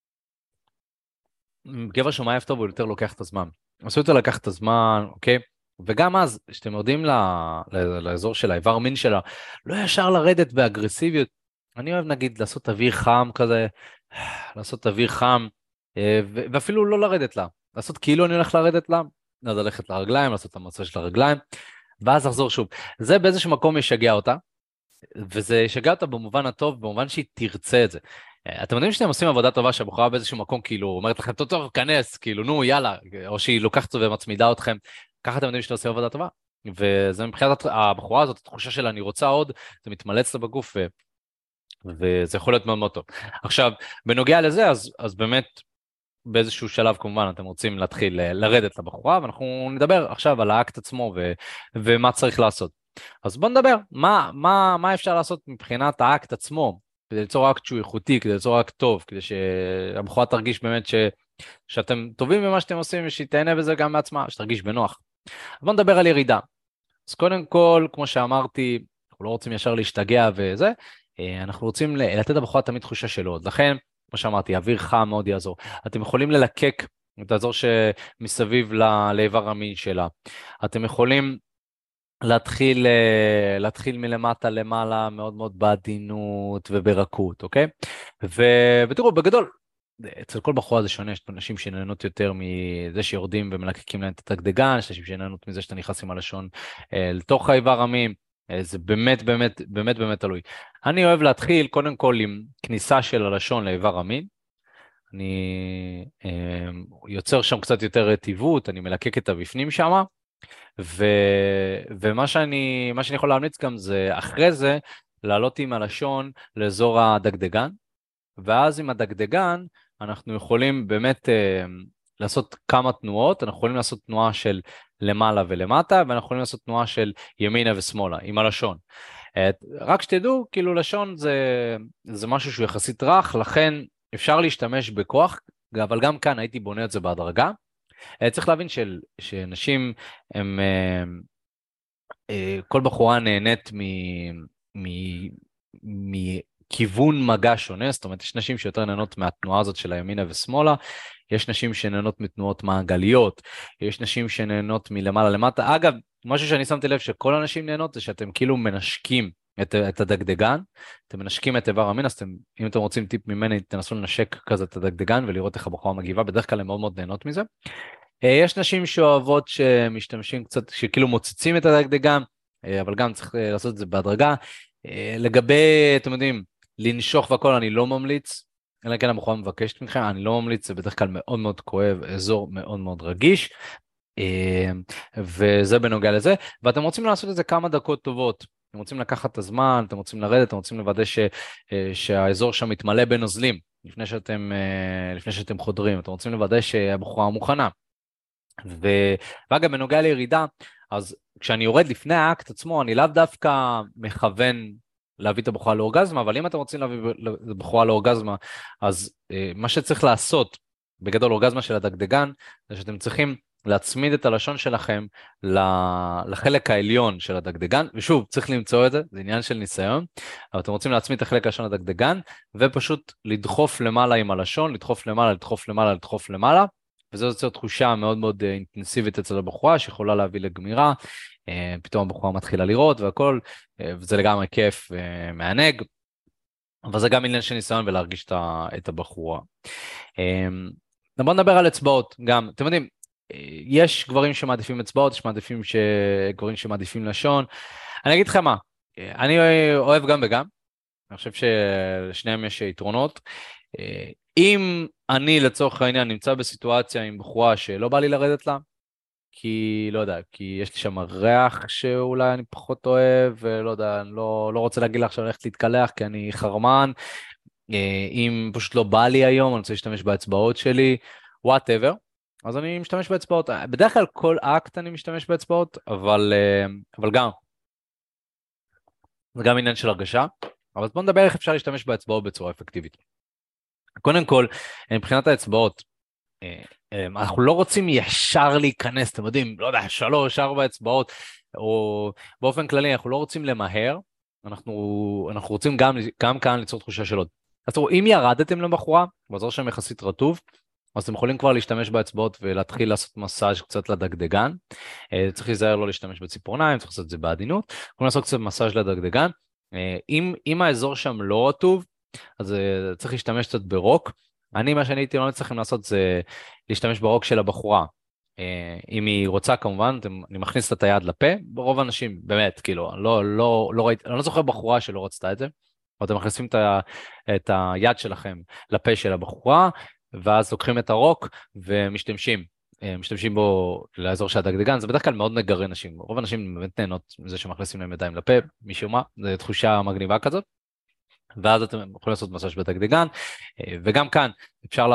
גבר שהוא מאהב טוב, הוא יותר לוקח את הזמן. עשו יותר לקחת את הזמן, אוקיי? וגם אז, כשאתם יורדים לאזור של האיבר מין שלה, לא ישר לרדת באגרסיביות. אני אוהב נגיד לעשות אוויר חם כזה, לעשות אוויר חם, ואפילו לא לרדת לה. לעשות כאילו אני הולך לרדת לה, אז ללכת לרגליים, לעשות את המסע של הרגליים, ואז לחזור שוב. זה באיזשהו מקום ישגע אותה, וזה ישגע אותה במובן הטוב, במובן שהיא תרצה את זה. אתם יודעים שאתם עושים עבודה טובה שהבחורה באיזשהו מקום כאילו אומרת לכם, טוב, כנס, כאילו, נו, יאללה, או שהיא לוקחת ומצמידה אתכם, ככה אתם יודעים שאתם עושים עבודה טובה. וזה מבחינת הבחורה הזאת, התחושה שלה, אני רוצה עוד, זה מתמלץ לה בגוף, וזה יכול להיות מאוד מאוד טוב. עכשיו, בנוגע לזה, אז באמת, באיזשהו שלב כמובן אתם רוצים להתחיל לרדת לבחורה, ואנחנו נדבר עכשיו על האקט עצמו ומה צריך לעשות. אז בואו נדבר, מה אפשר לעשות מבחינת האקט עצמו, כדי ליצור אקט שהוא איכותי, כדי ליצור אקט טוב, כדי שהבחורה תרגיש באמת שאתם טובים במה שאתם עושים, ושהיא תהנה בזה גם בעצמה, שתרגיש בנוח. בואו נדבר על ירידה. אז קודם כל, כמו שאמרתי, אנחנו לא רוצים ישר להשתגע וזה, אנחנו רוצים לתת לבחורה תמיד תחושה של עוד. לכן, כמו שאמרתי, אוויר חם מאוד יעזור. אתם יכולים ללקק את האזור שמסביב לאיבר המין שלה. אתם יכולים להתחיל מלמטה למעלה מאוד מאוד בעדינות וברכות, אוקיי? ותראו, בגדול, אצל כל בחורה זה שונה, יש נשים שנהנות יותר מזה שיורדים ומלקקים להם את הדגדגן, יש נשים שנהנות מזה שאתה נכנס עם הלשון לתוך האיבר המין, זה באמת באמת באמת באמת תלוי. אני אוהב להתחיל קודם כל עם כניסה של הלשון לאיבר המין. אני יוצר שם קצת יותר רטיבות, אני מלקק את הבפנים שם, ו... מה שאני יכול להמליץ גם זה אחרי זה לעלות עם הלשון לאזור הדגדגן, ואז עם הדגדגן אנחנו יכולים באמת לעשות כמה תנועות, אנחנו יכולים לעשות תנועה של למעלה ולמטה, ואנחנו יכולים לעשות תנועה של ימינה ושמאלה עם הלשון. רק שתדעו, כאילו לשון זה משהו שהוא יחסית רך, לכן אפשר להשתמש בכוח, אבל גם כאן הייתי בונה את זה בהדרגה. צריך להבין שנשים הם כל בחורה נהנית מכיוון מגע שונה, זאת אומרת, יש נשים שיותר נהנות מהתנועה הזאת של הימינה ושמאלה, יש נשים שנהנות מתנועות מעגליות, יש נשים שנהנות מלמעלה למטה. אגב, משהו שאני שמתי לב שכל הנשים נהנות זה שאתם כאילו מנשקים את הדגדגן, אתם מנשקים את איבר המין, אז אם אתם רוצים טיפ ממני, תנסו לנשק כזה את הדגדגן ולראות איך הבחורה מגיבה, בדרך כלל הן מאוד מאוד נהנות מזה. יש נשים שאוהבות שמשתמשים קצת, שכאילו מוצצים את הדגדגן, אבל גם צריך לעשות את זה בהדרגה. לגבי, אתם יודעים, לנשוך והכל, אני לא ממליץ, אלא כן הבחורה מבקשת מכם, אני לא ממליץ, זה בדרך כלל מאוד מאוד כואב, אזור מאוד מאוד רגיש, וזה בנוגע לזה, ואתם רוצים לעשות את זה כמה דקות טובות, אתם רוצים לקחת את הזמן, אתם רוצים לרדת, אתם רוצים לוודא שהאזור שם מתמלא בנוזלים, לפני שאתם חודרים, אתם רוצים לוודא שהבחורה מוכנה. ואגב, בנוגע לירידה, אז כשאני יורד לפני האקט עצמו, אני לאו דווקא מכוון להביא את הבחורה לאורגזמה, אבל אם אתם רוצים להביא את הבחורה לאורגזמה, אז מה שצריך לעשות, בגדול אורגזמה של הדגדגן, זה שאתם צריכים להצמיד את הלשון שלכם לחלק העליון של הדגדגן, ושוב, צריך למצוא את זה, זה עניין של ניסיון, אבל אתם רוצים להצמיד את החלק הלשון לדגדגן, ופשוט לדחוף למעלה עם הלשון, לדחוף למעלה, לדחוף למעלה, לדחוף למעלה, וזו יוצר תחושה מאוד מאוד אינטנסיבית אצל הבחורה, שיכולה להביא לגמירה, פתאום הבחורה מתחילה לראות והכל, וזה לגמרי כיף מענג, אבל זה גם עניין של ניסיון ולהרגיש את הבחורה. בואו נדבר על אצבעות, גם, אתם יודעים, יש גברים שמעדיפים אצבעות, יש גברים שמעדיפים לשון, אני אגיד לכם מה, אני אוהב גם וגם, אני חושב שלשניהם יש יתרונות, אם אני לצורך העניין נמצא בסיטואציה עם בחורה שלא בא לי לרדת לה, כי לא יודע, כי יש לי שם ריח שאולי אני פחות אוהב, ולא יודע, אני לא רוצה להגיד לך שאני הולכת להתקלח כי אני חרמן, אם פשוט לא בא לי היום, אני רוצה להשתמש באצבעות שלי, whatever, אז אני משתמש באצבעות, בדרך כלל כל אקט אני משתמש באצבעות, אבל גם, זה גם עניין של הרגשה, אבל בוא נדבר איך אפשר להשתמש באצבעות בצורה אפקטיבית. קודם כל, מבחינת האצבעות, אנחנו לא רוצים ישר להיכנס, אתם יודעים, לא יודע, 3-4 אצבעות, או באופן כללי, אנחנו לא רוצים למהר, אנחנו רוצים גם כאן ליצור תחושה של עוד. אז תראו, אם ירדתם לבחורה, באזור שם יחסית רטוב, אז אתם יכולים כבר להשתמש באצבעות ולהתחיל לעשות מסאז' קצת לדגדגן, צריך להיזהר לא להשתמש בציפורניים, צריך לעשות את זה בעדינות, יכולים לעשות קצת מסאז' לדגדגן, אם האזור שם לא רטוב, אז צריך להשתמש קצת ברוק, מה שאני הייתי לא צריכים לעשות זה להשתמש ברוק של הבחורה. אם היא רוצה כמובן, אני מכניס את היד לפה, ברוב האנשים, באמת, כאילו, אני לא זוכר בחורה שלא רצתה את זה, אבל אתם מכניסים את היד שלכם לפה של הבחורה, ואז לוקחים את הרוק משתמשים בו לאזור של הדגדגן, זה בדרך כלל מאוד מגרה נשים, רוב האנשים באמת נהנות מזה שמכניסים להם ידיים לפה, משום מה, זו תחושה מגניבה כזאת. ואז אתם יכולים לעשות מסאז' בדגדגן, וגם כאן אפשר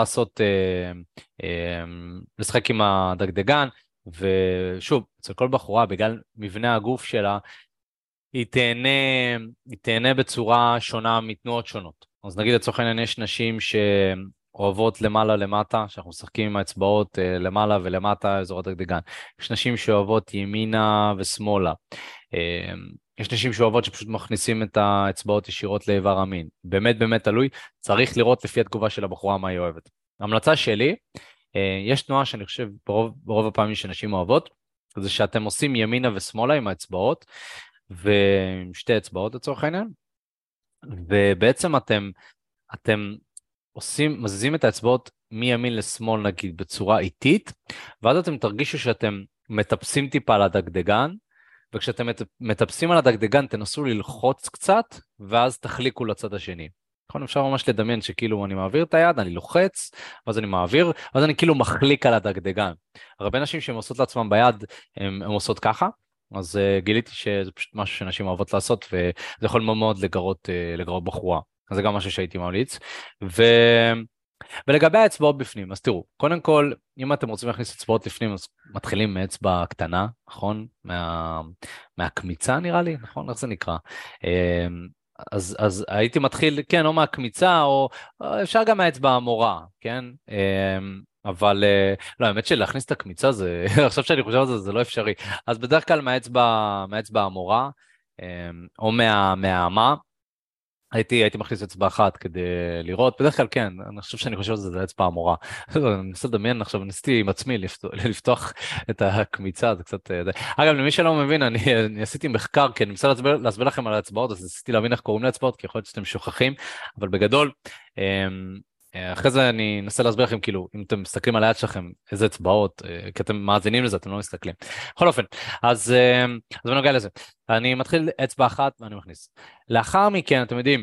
לשחק עם הדגדגן, ושוב, אצל כל בחורה, בגלל מבנה הגוף שלה, היא תהנה בצורה שונה מתנועות שונות. אז נגיד לצורך העניין יש נשים שאוהבות למעלה למטה, שאנחנו משחקים עם האצבעות למעלה ולמטה, אזור הדגדגן. יש נשים שאוהבות ימינה ושמאלה. יש נשים שאוהבות שפשוט מכניסים את האצבעות ישירות לעבר המין. באמת באמת תלוי, צריך לראות לפי התגובה של הבחורה מה היא אוהבת. המלצה שלי, יש תנועה שאני חושב ברוב הפעמים שנשים אוהבות, זה שאתם עושים ימינה ושמאלה עם האצבעות, ועם שתי אצבעות לצורך העניין, ובעצם אתם מזיזים את האצבעות מימין לשמאל נגיד בצורה איטית, ואז אתם תרגישו שאתם מטפסים טיפה על הדגדגן, וכשאתם מטפסים על הדגדגן, תנסו ללחוץ קצת, ואז תחליקו לצד השני. נכון, אפשר ממש לדמיין שכאילו אני מעביר את היד, אני לוחץ, ואז אני מעביר, ואז אני כאילו מחליק על הדגדגן. הרבה נשים שהן עושות לעצמם ביד, הן עושות ככה, אז גיליתי שזה פשוט משהו שנשים אוהבות לעשות, וזה יכול מאוד מאוד לגרות בחורה. אז זה גם משהו שהייתי ממליץ. ולגבי האצבעות בפנים, אז תראו, קודם כל, אם אתם רוצים להכניס אצבעות לפנים, אז מתחילים מאצבע קטנה, נכון? מהקמיצה נראה לי, נכון? איך זה נקרא? אז הייתי מתחיל, כן, או מהקמיצה, או אפשר גם מהאצבע המורה, כן? אבל לא, האמת שלהכניס את הקמיצה זה, עכשיו שאני חושב על זה, זה לא אפשרי. אז בדרך כלל מהאצבע המורה, או מהאמה, הייתי מכניס אצבע אחת כדי לראות, בדרך כלל כן, אני חושב שאני חושב שזה אצבע המורה. אני מנסה לדמיין עכשיו, ניסיתי עם עצמי לפתוח את הקמיצה, זה קצת... אגב, למי שלא מבין, אני עשיתי מחקר, כי אני מנסה להסביר לכם על האצבעות, אז ניסיתי להבין איך קוראים לאצבעות, כי יכול להיות שאתם שוכחים, אבל בגדול, אחרי זה אני אנסה להסביר לכם, כאילו, אם אתם מסתכלים על היד שלכם, איזה אצבעות, כי אתם מאזינים לזה, אתם לא מסתכלים. בכל אופן, אז בנוגע לזה, אני מתחיל אצבע אחת ואני מכניס. לאחר מכן, אתם יודעים,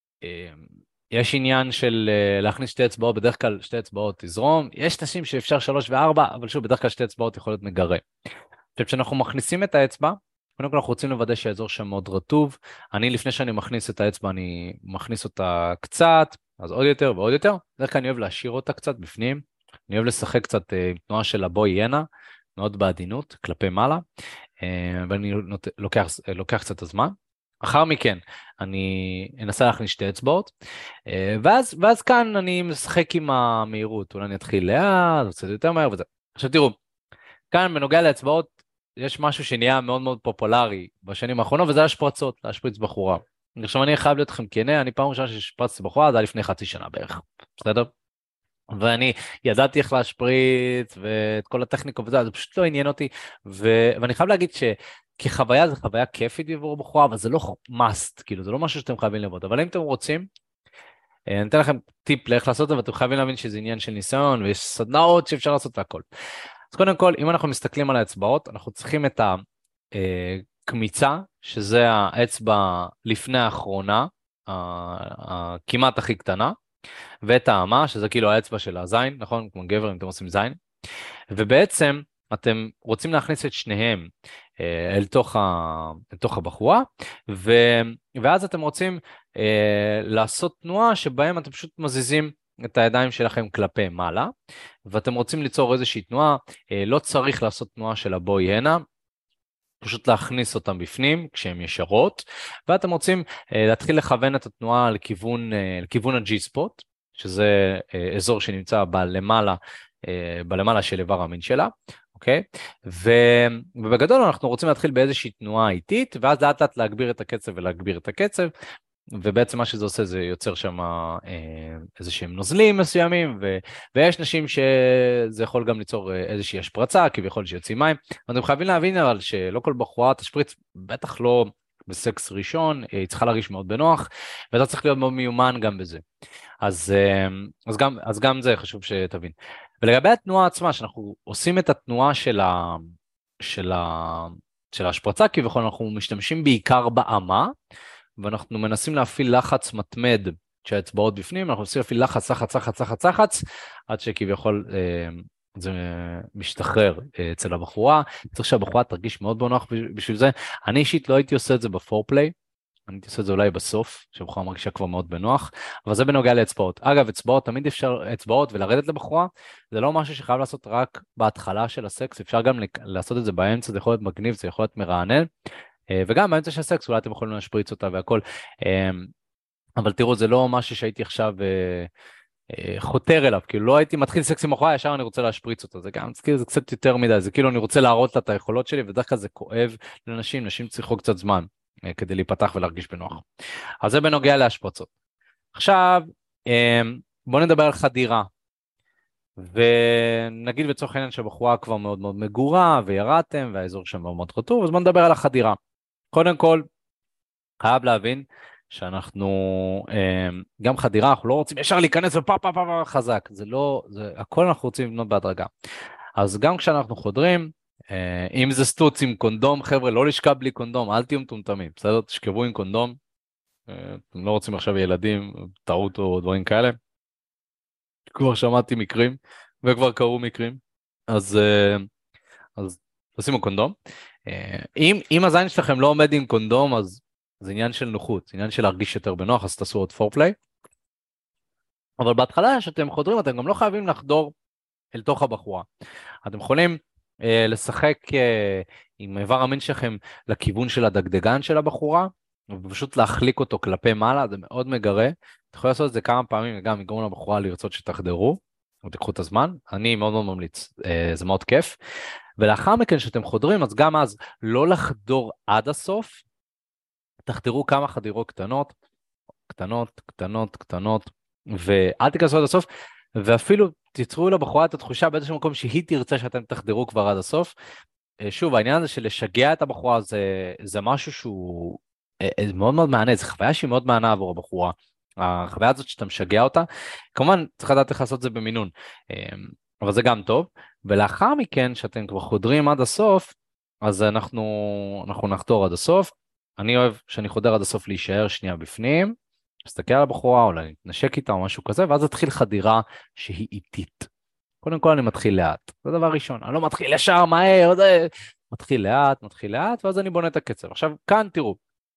יש עניין של להכניס שתי אצבעות, בדרך כלל שתי אצבעות תזרום, יש נשים שאפשר 3 ו4, אבל שוב, בדרך כלל שתי אצבעות יכול להיות מגרה. עכשיו, כשאנחנו מכניסים את האצבע, קודם כל אנחנו רוצים לוודא שהאזור שם מאוד רטוב. אני, לפני שאני מכניס את האצבע, אני מכניס אותה קצת, אז עוד יותר ועוד יותר. בדרך כלל אני אוהב להשאיר אותה קצת בפנים, אני אוהב לשחק קצת עם תנועה של הבואי הנה, מאוד בעדינות, כלפי מעלה, ואני לוקח קצת את הזמן. אחר מכן אני אנסה להכניס שתי אצבעות, ואז כאן אני משחק עם המהירות, אולי אני אתחיל לאט, קצת יותר מהר וזה. עכשיו תראו, כאן בנוגע לאצבעות, יש משהו שנהיה מאוד מאוד פופולרי בשנים האחרונות, וזה השפרצות, להשפריץ בחורה. עכשיו אני חייב להיות לכם כנה, אני פעם ראשונה ששפרצתי בחורה, זה היה לפני חצי שנה בערך, בסדר? ואני ידעתי איך להשפריץ, ואת כל הטכניקה וזה, זה פשוט לא עניין אותי, ואני חייב להגיד שכחוויה זה חוויה כיפית עבור בחורה, אבל זה לא must, כאילו, זה לא משהו שאתם חייבים ללמוד, אבל אם אתם רוצים, אני אתן לכם טיפ לאיך לעשות את זה, ואתם חייבים להבין שזה עניין של ניסיון, ויש סדנאות שאפשר לעשות והכל. אז קודם כל, אם אנחנו מסתכלים על האצבעות, אנחנו צריכים את הקמיצה, שזה האצבע לפני האחרונה, כמעט הכי קטנה, ואת האמה, שזה כאילו האצבע של הזין, נכון? כמו גבר, אם אתם עושים זין. ובעצם, אתם רוצים להכניס את שניהם אל תוך הבחורה, ואז אתם רוצים לעשות תנועה שבהם אתם פשוט מזיזים את הידיים שלכם כלפי מעלה, ואתם רוצים ליצור איזושהי תנועה, לא צריך לעשות תנועה של הבואי הנה, פשוט להכניס אותם בפנים כשהן ישרות, ואתם רוצים להתחיל לכוון את התנועה לכיוון ה-G-Spot, שזה אזור שנמצא בלמעלה של איבר המין שלה, אוקיי? ובגדול אנחנו רוצים להתחיל באיזושהי תנועה איטית, ואז לאט לאט להגביר את הקצב ולהגביר את הקצב, ובעצם מה שזה עושה זה יוצר שם איזשהם נוזלים מסוימים, ויש נשים שזה יכול גם ליצור איזושהי השפרצה, כביכול שיוצאים מים, ואתם חייבים להבין אבל שלא כל בחורה תשפריץ, בטח לא בסקס ראשון, היא צריכה להרגיש מאוד בנוח, ואתה צריך להיות מאוד מיומן גם בזה. אז גם זה חשוב שתבין. ולגבי התנועה עצמה, שאנחנו עושים את התנועה של ההשפרצה, כביכול אנחנו משתמשים בעיקר באמה, ואנחנו מנסים להפעיל לחץ מתמד שהאצבעות בפנים, אנחנו מנסים להפעיל לחץ, עד שכביכול זה משתחרר אצל הבחורה, צריך שהבחורה תרגיש מאוד בנוח בשביל זה. אני אישית לא הייתי עושה את זה בפורפליי, אני הייתי עושה את זה אולי בסוף, שהבחורה מרגישה כבר מאוד בנוח, אבל זה בנוגע לאצבעות. אגב, אצבעות, תמיד אפשר אצבעות ולרדת לבחורה, זה לא משהו שחייב לעשות רק בהתחלה של הסקס, אפשר גם לעשות את זה באמצע, זה יכול להיות מגניב, זה יכול להיות מרענן, וגם באמצע של סקס אולי אתם יכולים להשפריץ אותה והכל, אבל תראו, זה לא משהו שהייתי עכשיו חותר אליו, כאילו לא הייתי מתחיל סקס עם בחורה, ישר אני רוצה להשפריץ אותה, זה קצת יותר מדי, זה כאילו אני רוצה להראות לה את היכולות שלי, ודרך כלל זה כואב לנשים, נשים צריכות קצת זמן כדי להיפתח ולהרגיש בנוח. אז זה בנוגע להשפרצות. עכשיו, בואו נדבר על חדירה, ונגיד בצורך העניין שהבחורה כבר מאוד מאוד מגורה, וירדתם, והאזור שם מאוד רטוב, אז בואו נדבר על החדירה. קודם כל, חייב להבין שאנחנו, גם חדירה, אנחנו לא רוצים ישר להיכנס ופאפ חזק, זה לא, הכל אנחנו רוצים לבנות בהדרגה. אז גם כשאנחנו חודרים, אם זה סטוץ עם קונדום, חבר'ה, לא לשכב בלי קונדום, אל תהיו מטומטמים, בסדר? תשכבו עם קונדום, אתם לא רוצים עכשיו ילדים, טעות או דברים כאלה. כבר שמעתי מקרים, וכבר קרו מקרים, אז, אז תשימו קונדום. אם הזין שלכם לא עומד עם קונדום, אז זה עניין של נוחות, זה עניין של להרגיש יותר בנוח, אז תעשו עוד פורפליי. אבל בהתחלה שאתם חודרים, אתם גם לא חייבים לחדור אל תוך הבחורה. אתם יכולים לשחק עם איבר המין שלכם לכיוון של הדגדגן של הבחורה, ופשוט להחליק אותו כלפי מעלה, זה מאוד מגרה. אתם יכולים לעשות את זה כמה פעמים, וגם יגרום לבחורה לרצות שתחדרו, ותיקחו את הזמן. אני מאוד מאוד ממליץ, זה מאוד כיף. ולאחר מכן שאתם חודרים, אז גם אז לא לחדור עד הסוף, תחדרו כמה חדירות קטנות, קטנות, קטנות, קטנות, ואל תיכנסו עד הסוף, ואפילו תיצרו לבחורה את התחושה באיזשהו מקום שהיא תרצה שאתם תחדרו כבר עד הסוף. שוב, העניין הזה של לשגע את הבחורה זה משהו שהוא מאוד מאוד מענה, זו חוויה שהיא מאוד מענה עבור הבחורה. החוויה הזאת שאתה משגע אותה, כמובן צריך לדעת איך לעשות את זה במינון, אבל זה גם טוב. ולאחר מכן, שאתם כבר חודרים עד הסוף, אז אנחנו נחתור עד הסוף. אני אוהב שאני חודר עד הסוף להישאר שנייה בפנים, להסתכל על הבחורה, או להתנשק איתה או משהו כזה, ואז התחיל חדירה שהיא איטית. קודם כל אני מתחיל לאט, זה דבר ראשון, אני לא מתחיל ישר מהר, מתחיל לאט, ואז אני בונה את הקצב. עכשיו, כאן תראו,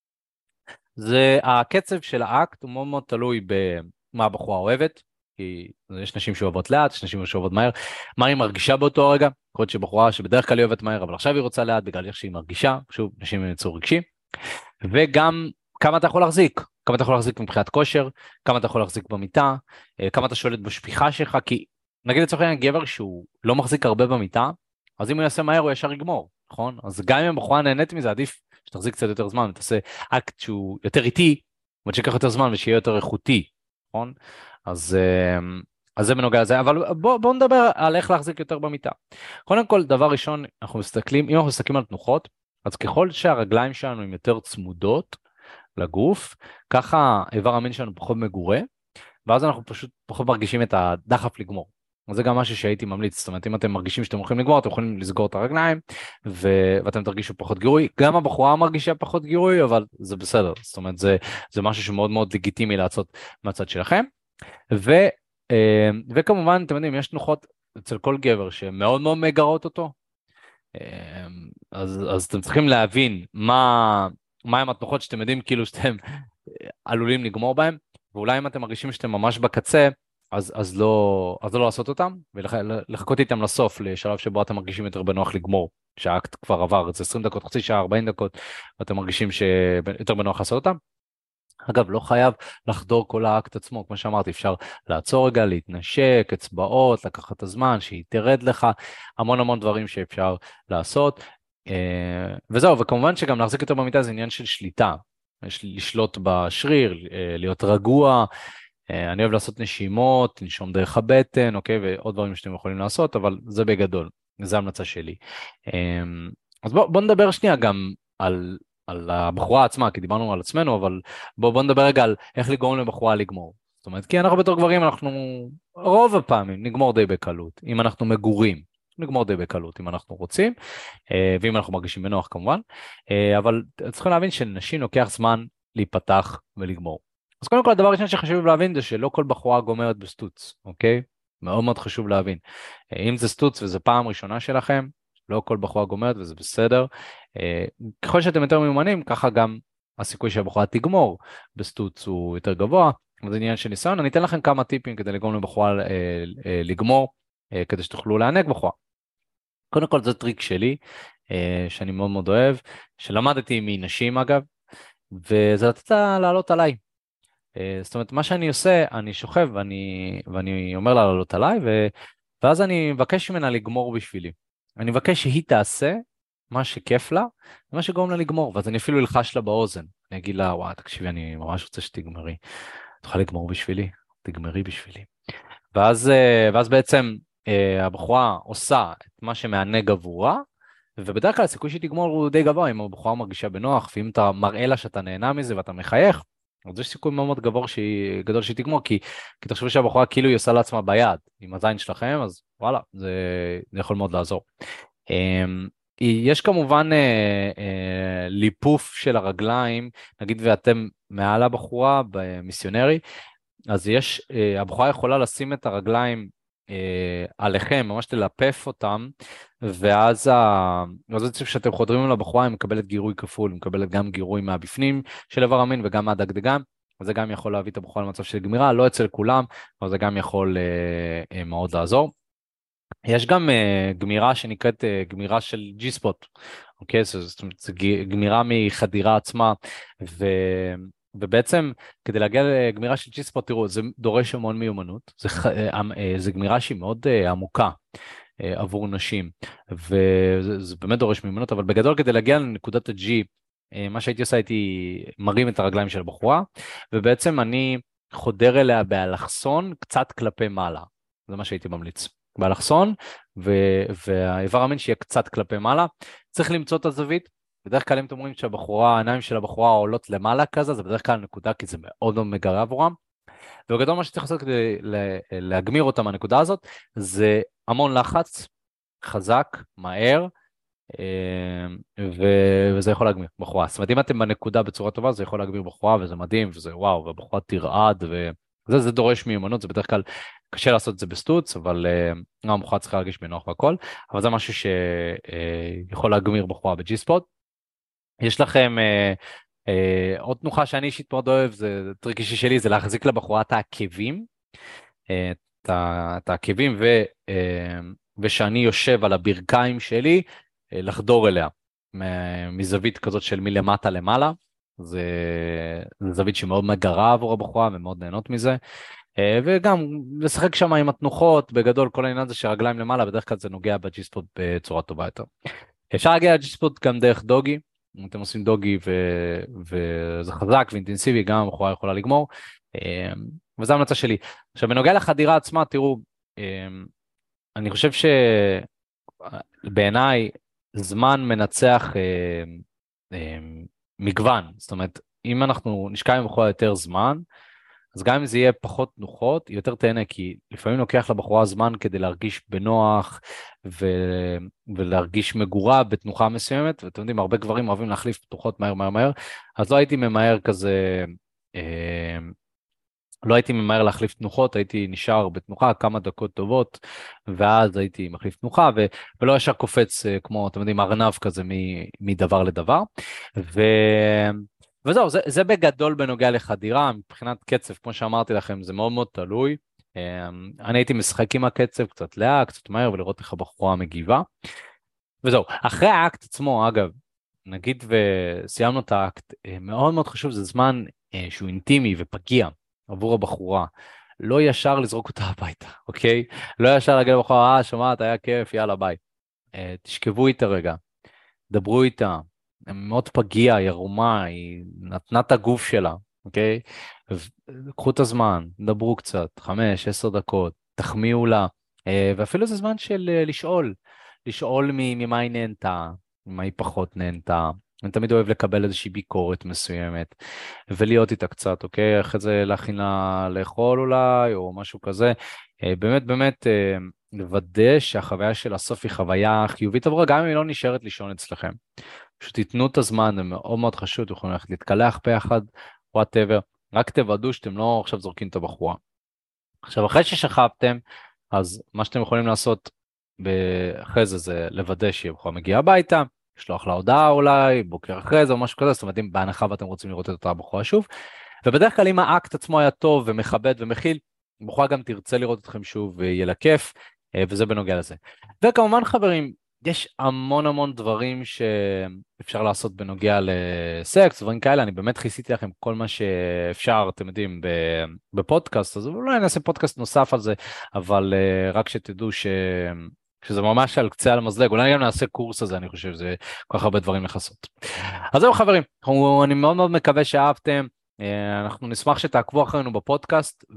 זה הקצב של האקט הוא מאוד מאוד תלוי במה הבחורה אוהבת, כי יש נשים שאוהבות לאט, יש נשים שאוהבות מהר, מה היא מרגישה באותו רגע, יכול להיות שבחורה שבדרך כלל היא אוהבת מהר, אבל עכשיו היא רוצה לאט בגלל איך שהיא מרגישה, שוב, נשים הם יצור רגשי, וגם כמה אתה יכול להחזיק, כמה אתה יכול להחזיק מבחינת כושר, כמה אתה יכול להחזיק במיטה, כמה אתה שולט בשפיכה שלך, כי נגיד לצורך העניין גבר שהוא לא מחזיק הרבה במיטה, אז אם הוא יעשה מהר הוא ישר יגמור, נכון? אז גם אם הבחורה נהנית מזה, עדיף שתחזיק קצת יותר זמן, ותעשה אקט שהוא יותר איטי, אבל שיקח יותר זמן ושיהיה יותר איכותי, נכון? אז זה בנוגע לזה, אבל בואו נדבר על איך להחזיק יותר במיטה. קודם כל, דבר ראשון, אם אנחנו מסתכלים על תנוחות, אז ככל שהרגליים שלנו הן יותר צמודות לגוף, ככה איבר המין שלנו פחות מגורה, ואז אנחנו פשוט פחות מרגישים את הדחף לגמור. אז זה גם משהו שהייתי ממליץ, זאת אומרת, אם אתם מרגישים שאתם הולכים לגמור, אתם יכולים לסגור את הרגליים, ואתם תרגישו פחות גירוי. גם הבחורה מרגישה פחות גירוי, אבל זה בסדר. זאת אומרת, זה משהו שמאוד מאוד לגיטימי לעשות מהצד שלכם. וכמובן, אתם יודעים, יש תנוחות אצל כל גבר שמאוד מאוד מגרות אותו, אז אתם צריכים להבין מה הם התנוחות שאתם יודעים כאילו שאתם עלולים לגמור בהם, ואולי אם אתם מרגישים שאתם ממש בקצה, אז לא לעשות אותם, ולחכות איתם לסוף, לשלב שבו אתם מרגישים יותר בנוח לגמור, שהאקט כבר עבר, זה 20 דקות, חצי שעה, 40 דקות, ואתם מרגישים שיותר בנוח לעשות אותם. אגב, לא חייב לחדור כל האקט עצמו, כמו שאמרתי, אפשר לעצור רגע, להתנשק, אצבעות, לקחת את הזמן, שהיא תרד לך, המון דברים שאפשר לעשות, וזהו, וכמובן שגם להחזיק יותר במיטה זה עניין של שליטה, לשלוט בשריר, להיות רגוע, אני אוהב לעשות נשימות, לנשום דרך הבטן, אוקיי, ועוד דברים שאתם יכולים לעשות, אבל זה בגדול, זו המלצה שלי. אז בוא נדבר שנייה גם על הבחורה עצמה, כי דיברנו על עצמנו, אבל בוא נדבר רגע על איך לגרום לבחורה לגמור. זאת אומרת, כי אנחנו בתור גברים, אנחנו רוב הפעמים נגמור די בקלות, אם אנחנו מגורים, נגמור די בקלות, אם אנחנו רוצים, ואם אנחנו מרגישים בנוח כמובן, אבל צריכים להבין שנשים לוקח זמן להיפתח ולגמור. אז קודם כל, הדבר הראשון שחשוב להבין זה שלא כל בחורה גומרת בסטוץ, אוקיי? מאוד מאוד חשוב להבין. אם זה סטוץ וזה פעם ראשונה שלכם, לא כל בחורה גומרת וזה בסדר. ככל שאתם יותר מיומנים, ככה גם הסיכוי שהבחורה תגמור בסטוץ הוא יותר גבוה, וזה עניין של ניסיון. אני אתן לכם כמה טיפים כדי לגרום לבחורה לגמור, כדי שתוכלו לענג בחורה. קודם כל, זה טריק שלי, שאני מאוד מאוד אוהב, שלמדתי מנשים אגב, וזה לתת לה לעלות עליי. זאת אומרת, מה שאני עושה, אני שוכב ואני אומר לה לעלות עליי, ואז אני מבקש ממנה לגמור בשבילי. אני מבקש שהיא תעשה מה שכיף לה, ומה שגורם לה לגמור, ואז אני אפילו אלחש לה באוזן. אני אגיד לה, וואי, תקשיבי, אני ממש רוצה שתגמרי. תוכל לגמור בשבילי, תגמרי בשבילי. ואז בעצם הבחורה עושה את מה שמענג עבורה, ובדרך כלל הסיכוי שהיא תגמור הוא די גבוה, אם הבחורה מרגישה בנוח, ואם אתה מראה לה שאתה נהנה מזה ואתה מחייך, אז יש סיכוי מאוד גדול שהיא תגמור, כי תחשבו שהבחורה כאילו היא עושה לעצמה ביד, עם הזין שלכם, אז וואלה, זה יכול מאוד לעזור. יש כמובן ליפוף של הרגליים, נגיד ואתם מעל הבחורה במיסיונרי, אז הבחורה יכולה לשים את הרגליים עליכם, ממש תלפף אותם, ואז כשאתם חודרים לבחורה, היא מקבלת גירוי כפול, היא מקבלת גם גירוי מהבפנים של איבר המין וגם מהדגדגן, וזה גם יכול להביא את הבחורה למצב של גמירה, לא אצל כולם, אבל זה גם יכול מאוד לעזור. יש גם גמירה שנקראת גמירה של G-spot, אוקיי? זאת אומרת, זו גמירה מחדירה עצמה, ובעצם כדי להגיע לגמירה של G-spot, תראו, זה דורש המון מיומנות, זה גמירה שהיא מאוד עמוקה עבור נשים, וזה באמת דורש מיומנות, אבל בגדול כדי להגיע לנקודת ה-G, מה שהייתי עושה, הייתי מרים את הרגליים של הבחורה, ובעצם אני חודר אליה באלכסון קצת כלפי מעלה, זה מה שהייתי ממליץ. באלכסון, והאיבר המין שיהיה קצת כלפי מעלה. צריך למצוא את הזווית. בדרך כלל אם אתם אומרים העיניים של הבחורה עולות למעלה כזה, זה בדרך כלל נקודה, כי זה מאוד מאוד מגרה עבורם. ובגדול מה שצריך לעשות כדי להגמיר אותם מהנקודה הזאת, זה המון לחץ, חזק, מהר, וזה יכול להגמיר בחורה. זאת אומרת, אם אתם בנקודה בצורה טובה, זה יכול להגמיר בחורה, וזה מדהים, וזה וואו, והבחורה תרעד, זה דורש מיומנות, זה בדרך כלל קשה לעשות את זה בסטוץ, אבל המחורה צריכה להרגיש בנוח והכל, אבל זה משהו שיכול להגמיר בחורה בג'י ספוט. יש לכם עוד תנוחה שאני אישית מאוד אוהב, זה טריק אישי שלי, זה להחזיק לבחורה את העקבים, את העקבים, ושאני יושב על הברכיים שלי, לחדור אליה, מזווית כזאת של מלמטה למעלה, זה זווית שמאוד מגרה עבור הבחורה ומאוד נהנות מזה, וגם לשחק שם עם התנוחות, בגדול כל העניין הזה שרגליים למעלה, בדרך כלל זה נוגע בג'י-ספוט בצורה טובה יותר. אפשר להגיע לג'י-ספוט גם דרך דוגי, אם אתם עושים דוגי וזה חזק ואינטנסיבי, גם הבחורה יכולה לגמור, וזו המלצה שלי. עכשיו בנוגע לחדירה עצמה, תראו, אני חושב שבעיניי זמן מנצח מגוון, זאת אומרת, אם אנחנו נשקע עם בחורה יותר זמן, אז גם אם זה יהיה פחות תנוחות, היא יותר תהנה, כי לפעמים לוקח לבחורה זמן כדי להרגיש בנוח, ולהרגיש מגורה בתנוחה מסוימת, ואתם יודעים, הרבה גברים אוהבים להחליף תנוחות מהר מהר מהר, אז לא הייתי ממהר כזה, לא הייתי ממהר להחליף תנוחות, הייתי נשאר בתנוחה כמה דקות טובות, ואז הייתי מחליף תנוחה, ולא ישר קופץ כמו, אתם יודעים, ארנב כזה מדבר לדבר. וזהו, זה בגדול בנוגע לחדירה, מבחינת קצב, כמו שאמרתי לכם, זה מאוד מאוד תלוי. אני הייתי משחק עם הקצב קצת לאט, קצת מהר, ולראות איך הבחורה מגיבה. וזהו, אחרי האקט עצמו, אגב, נגיד וסיימנו את האקט, מאוד מאוד חשוב, זה זמן שהוא אינטימי ופגיע עבור הבחורה. לא ישר לזרוק אותה הביתה, אוקיי? לא ישר להגיד לבחורה, שומעת, היה כיף, יאללה, ביי. תשכבו איתה רגע, דברו איתה. מאוד פגיע, היא ערומה, היא נתנה את הגוף שלה, אוקיי? קחו את הזמן, דברו קצת, 5-10 דקות, תחמיאו לה, ואפילו זה זמן של לשאול ממה היא נהנתה, ממה היא פחות נהנתה. אני תמיד אוהב לקבל איזושהי ביקורת מסוימת, ולהיות איתה קצת, אוקיי? אחרי זה להכין לה לאכול אולי, או משהו כזה. באמת, לוודא שהחוויה של הסוף היא חוויה חיובית עבורה, גם אם היא לא נשארת לישון אצלכם. פשוט תיתנו את הזמן, זה מאוד מאוד חשוב, יכולים ללכת להתקלח ביחד, whatever, רק תוודאו שאתם לא עכשיו זורקים את הבחורה. עכשיו, אחרי ששכבתם, אז מה שאתם יכולים לעשות אחרי זה לוודא שהיא הבחורה מגיעה הביתה, לשלוח לה הודעה אולי, בוקר אחרי זה או משהו כזה, זאת אומרת, בהנחה ואתם רוצים לראות את אותה הבחורה שוב, ובדרך כלל אם האקט עצמו היה טוב ומכבד ומכיל, הבחורה גם תרצה לראות אתכם שוב ויהיה לה כיף, וזה בנוגע לזה. וכמובן חברים, יש המון דברים שאפשר לעשות בנוגע לסקס, דברים כאלה, אני באמת חיסיתי לכם כל מה שאפשר, אתם יודעים, בפודקאסט, אז אולי נעשה פודקאסט נוסף על זה, אבל רק שתדעו שזה ממש על קצה על המזלג, אולי גם נעשה קורס הזה, אני חושב, זה כל כך הרבה דברים לחסות. אז זהו חברים, אני מאוד מאוד מקווה שאהבתם, אנחנו נשמח שתעקבו אחרינו בפודקאסט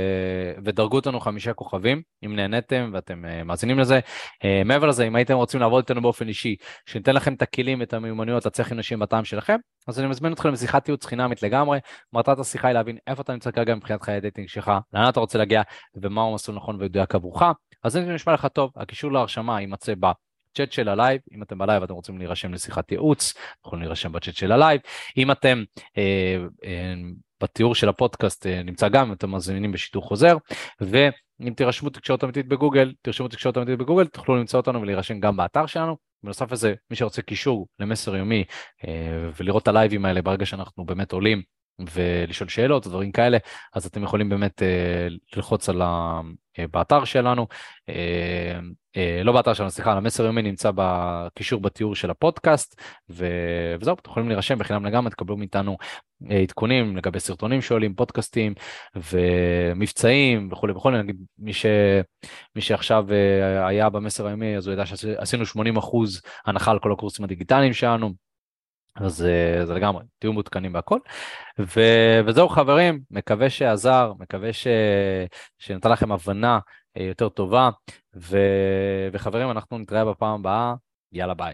ודרגו אותנו 5 כוכבים אם נהניתם ואתם מאזינים לזה. מעבר לזה, אם הייתם רוצים לעבוד איתנו באופן אישי, שניתן לכם את הכלים, את המיומנויות, להצליח אנושיים בטעם שלכם, אז אני מזמין אתכם לשיחת ייעוץ חינמית לגמרי. מטרת השיחה היא להבין איפה אתה נמצא כרגע מבחינת חיי הדייטינג שלך, לאן אתה רוצה להגיע ומהו מסלול נכון ומדויק עבורך. אז אם זה נשמע לך טוב, הקישור להרשמה יימצא בצ'אט של הלייב. אם אתם בלייב ואתם רוצים להירשם לשיחת ייעוץ, אתם יכולים להירשם בצ'אט של הלייב. אם אתם בתיאור של הפודקאסט נמצא גם, אם אתם מזמינים בשידור חוזר, ואם תירשמו תקשורת אמיתית בגוגל, תרשמו תקשורת אמיתית בגוגל, תוכלו למצוא אותנו ולהירשם גם באתר שלנו. בנוסף לזה, מי שרוצה קישור למסר יומי ולראות את הלייבים האלה ברגע שאנחנו באמת עולים ולשאול שאלות, דברים כאלה, אז אתם יכולים באמת ללחוץ באתר שלנו, לא באתר שלנו, סליחה, המסר יומי נמצא בקישור בתיאור של הפודקאסט, וזהו, אתם יכולים להירשם בחינם לגמרי, תקבלו מאיתנו עדכונים לגבי סרטונים שעולים, פודקאסטים ומבצעים וכו' וכו'. נגיד מי שעכשיו היה במסר היומי, אז הוא ידע שעשינו 80% הנחה על כל הקורסים הדיגיטליים שלנו, אז זה לגמרי, תהיו מעודכנים בהכל. וזהו חברים, מקווה שעזר, מקווה שנתן לכם הבנה יותר טובה, וחברים, אנחנו נתראה בפעם הבאה, יאללה ביי.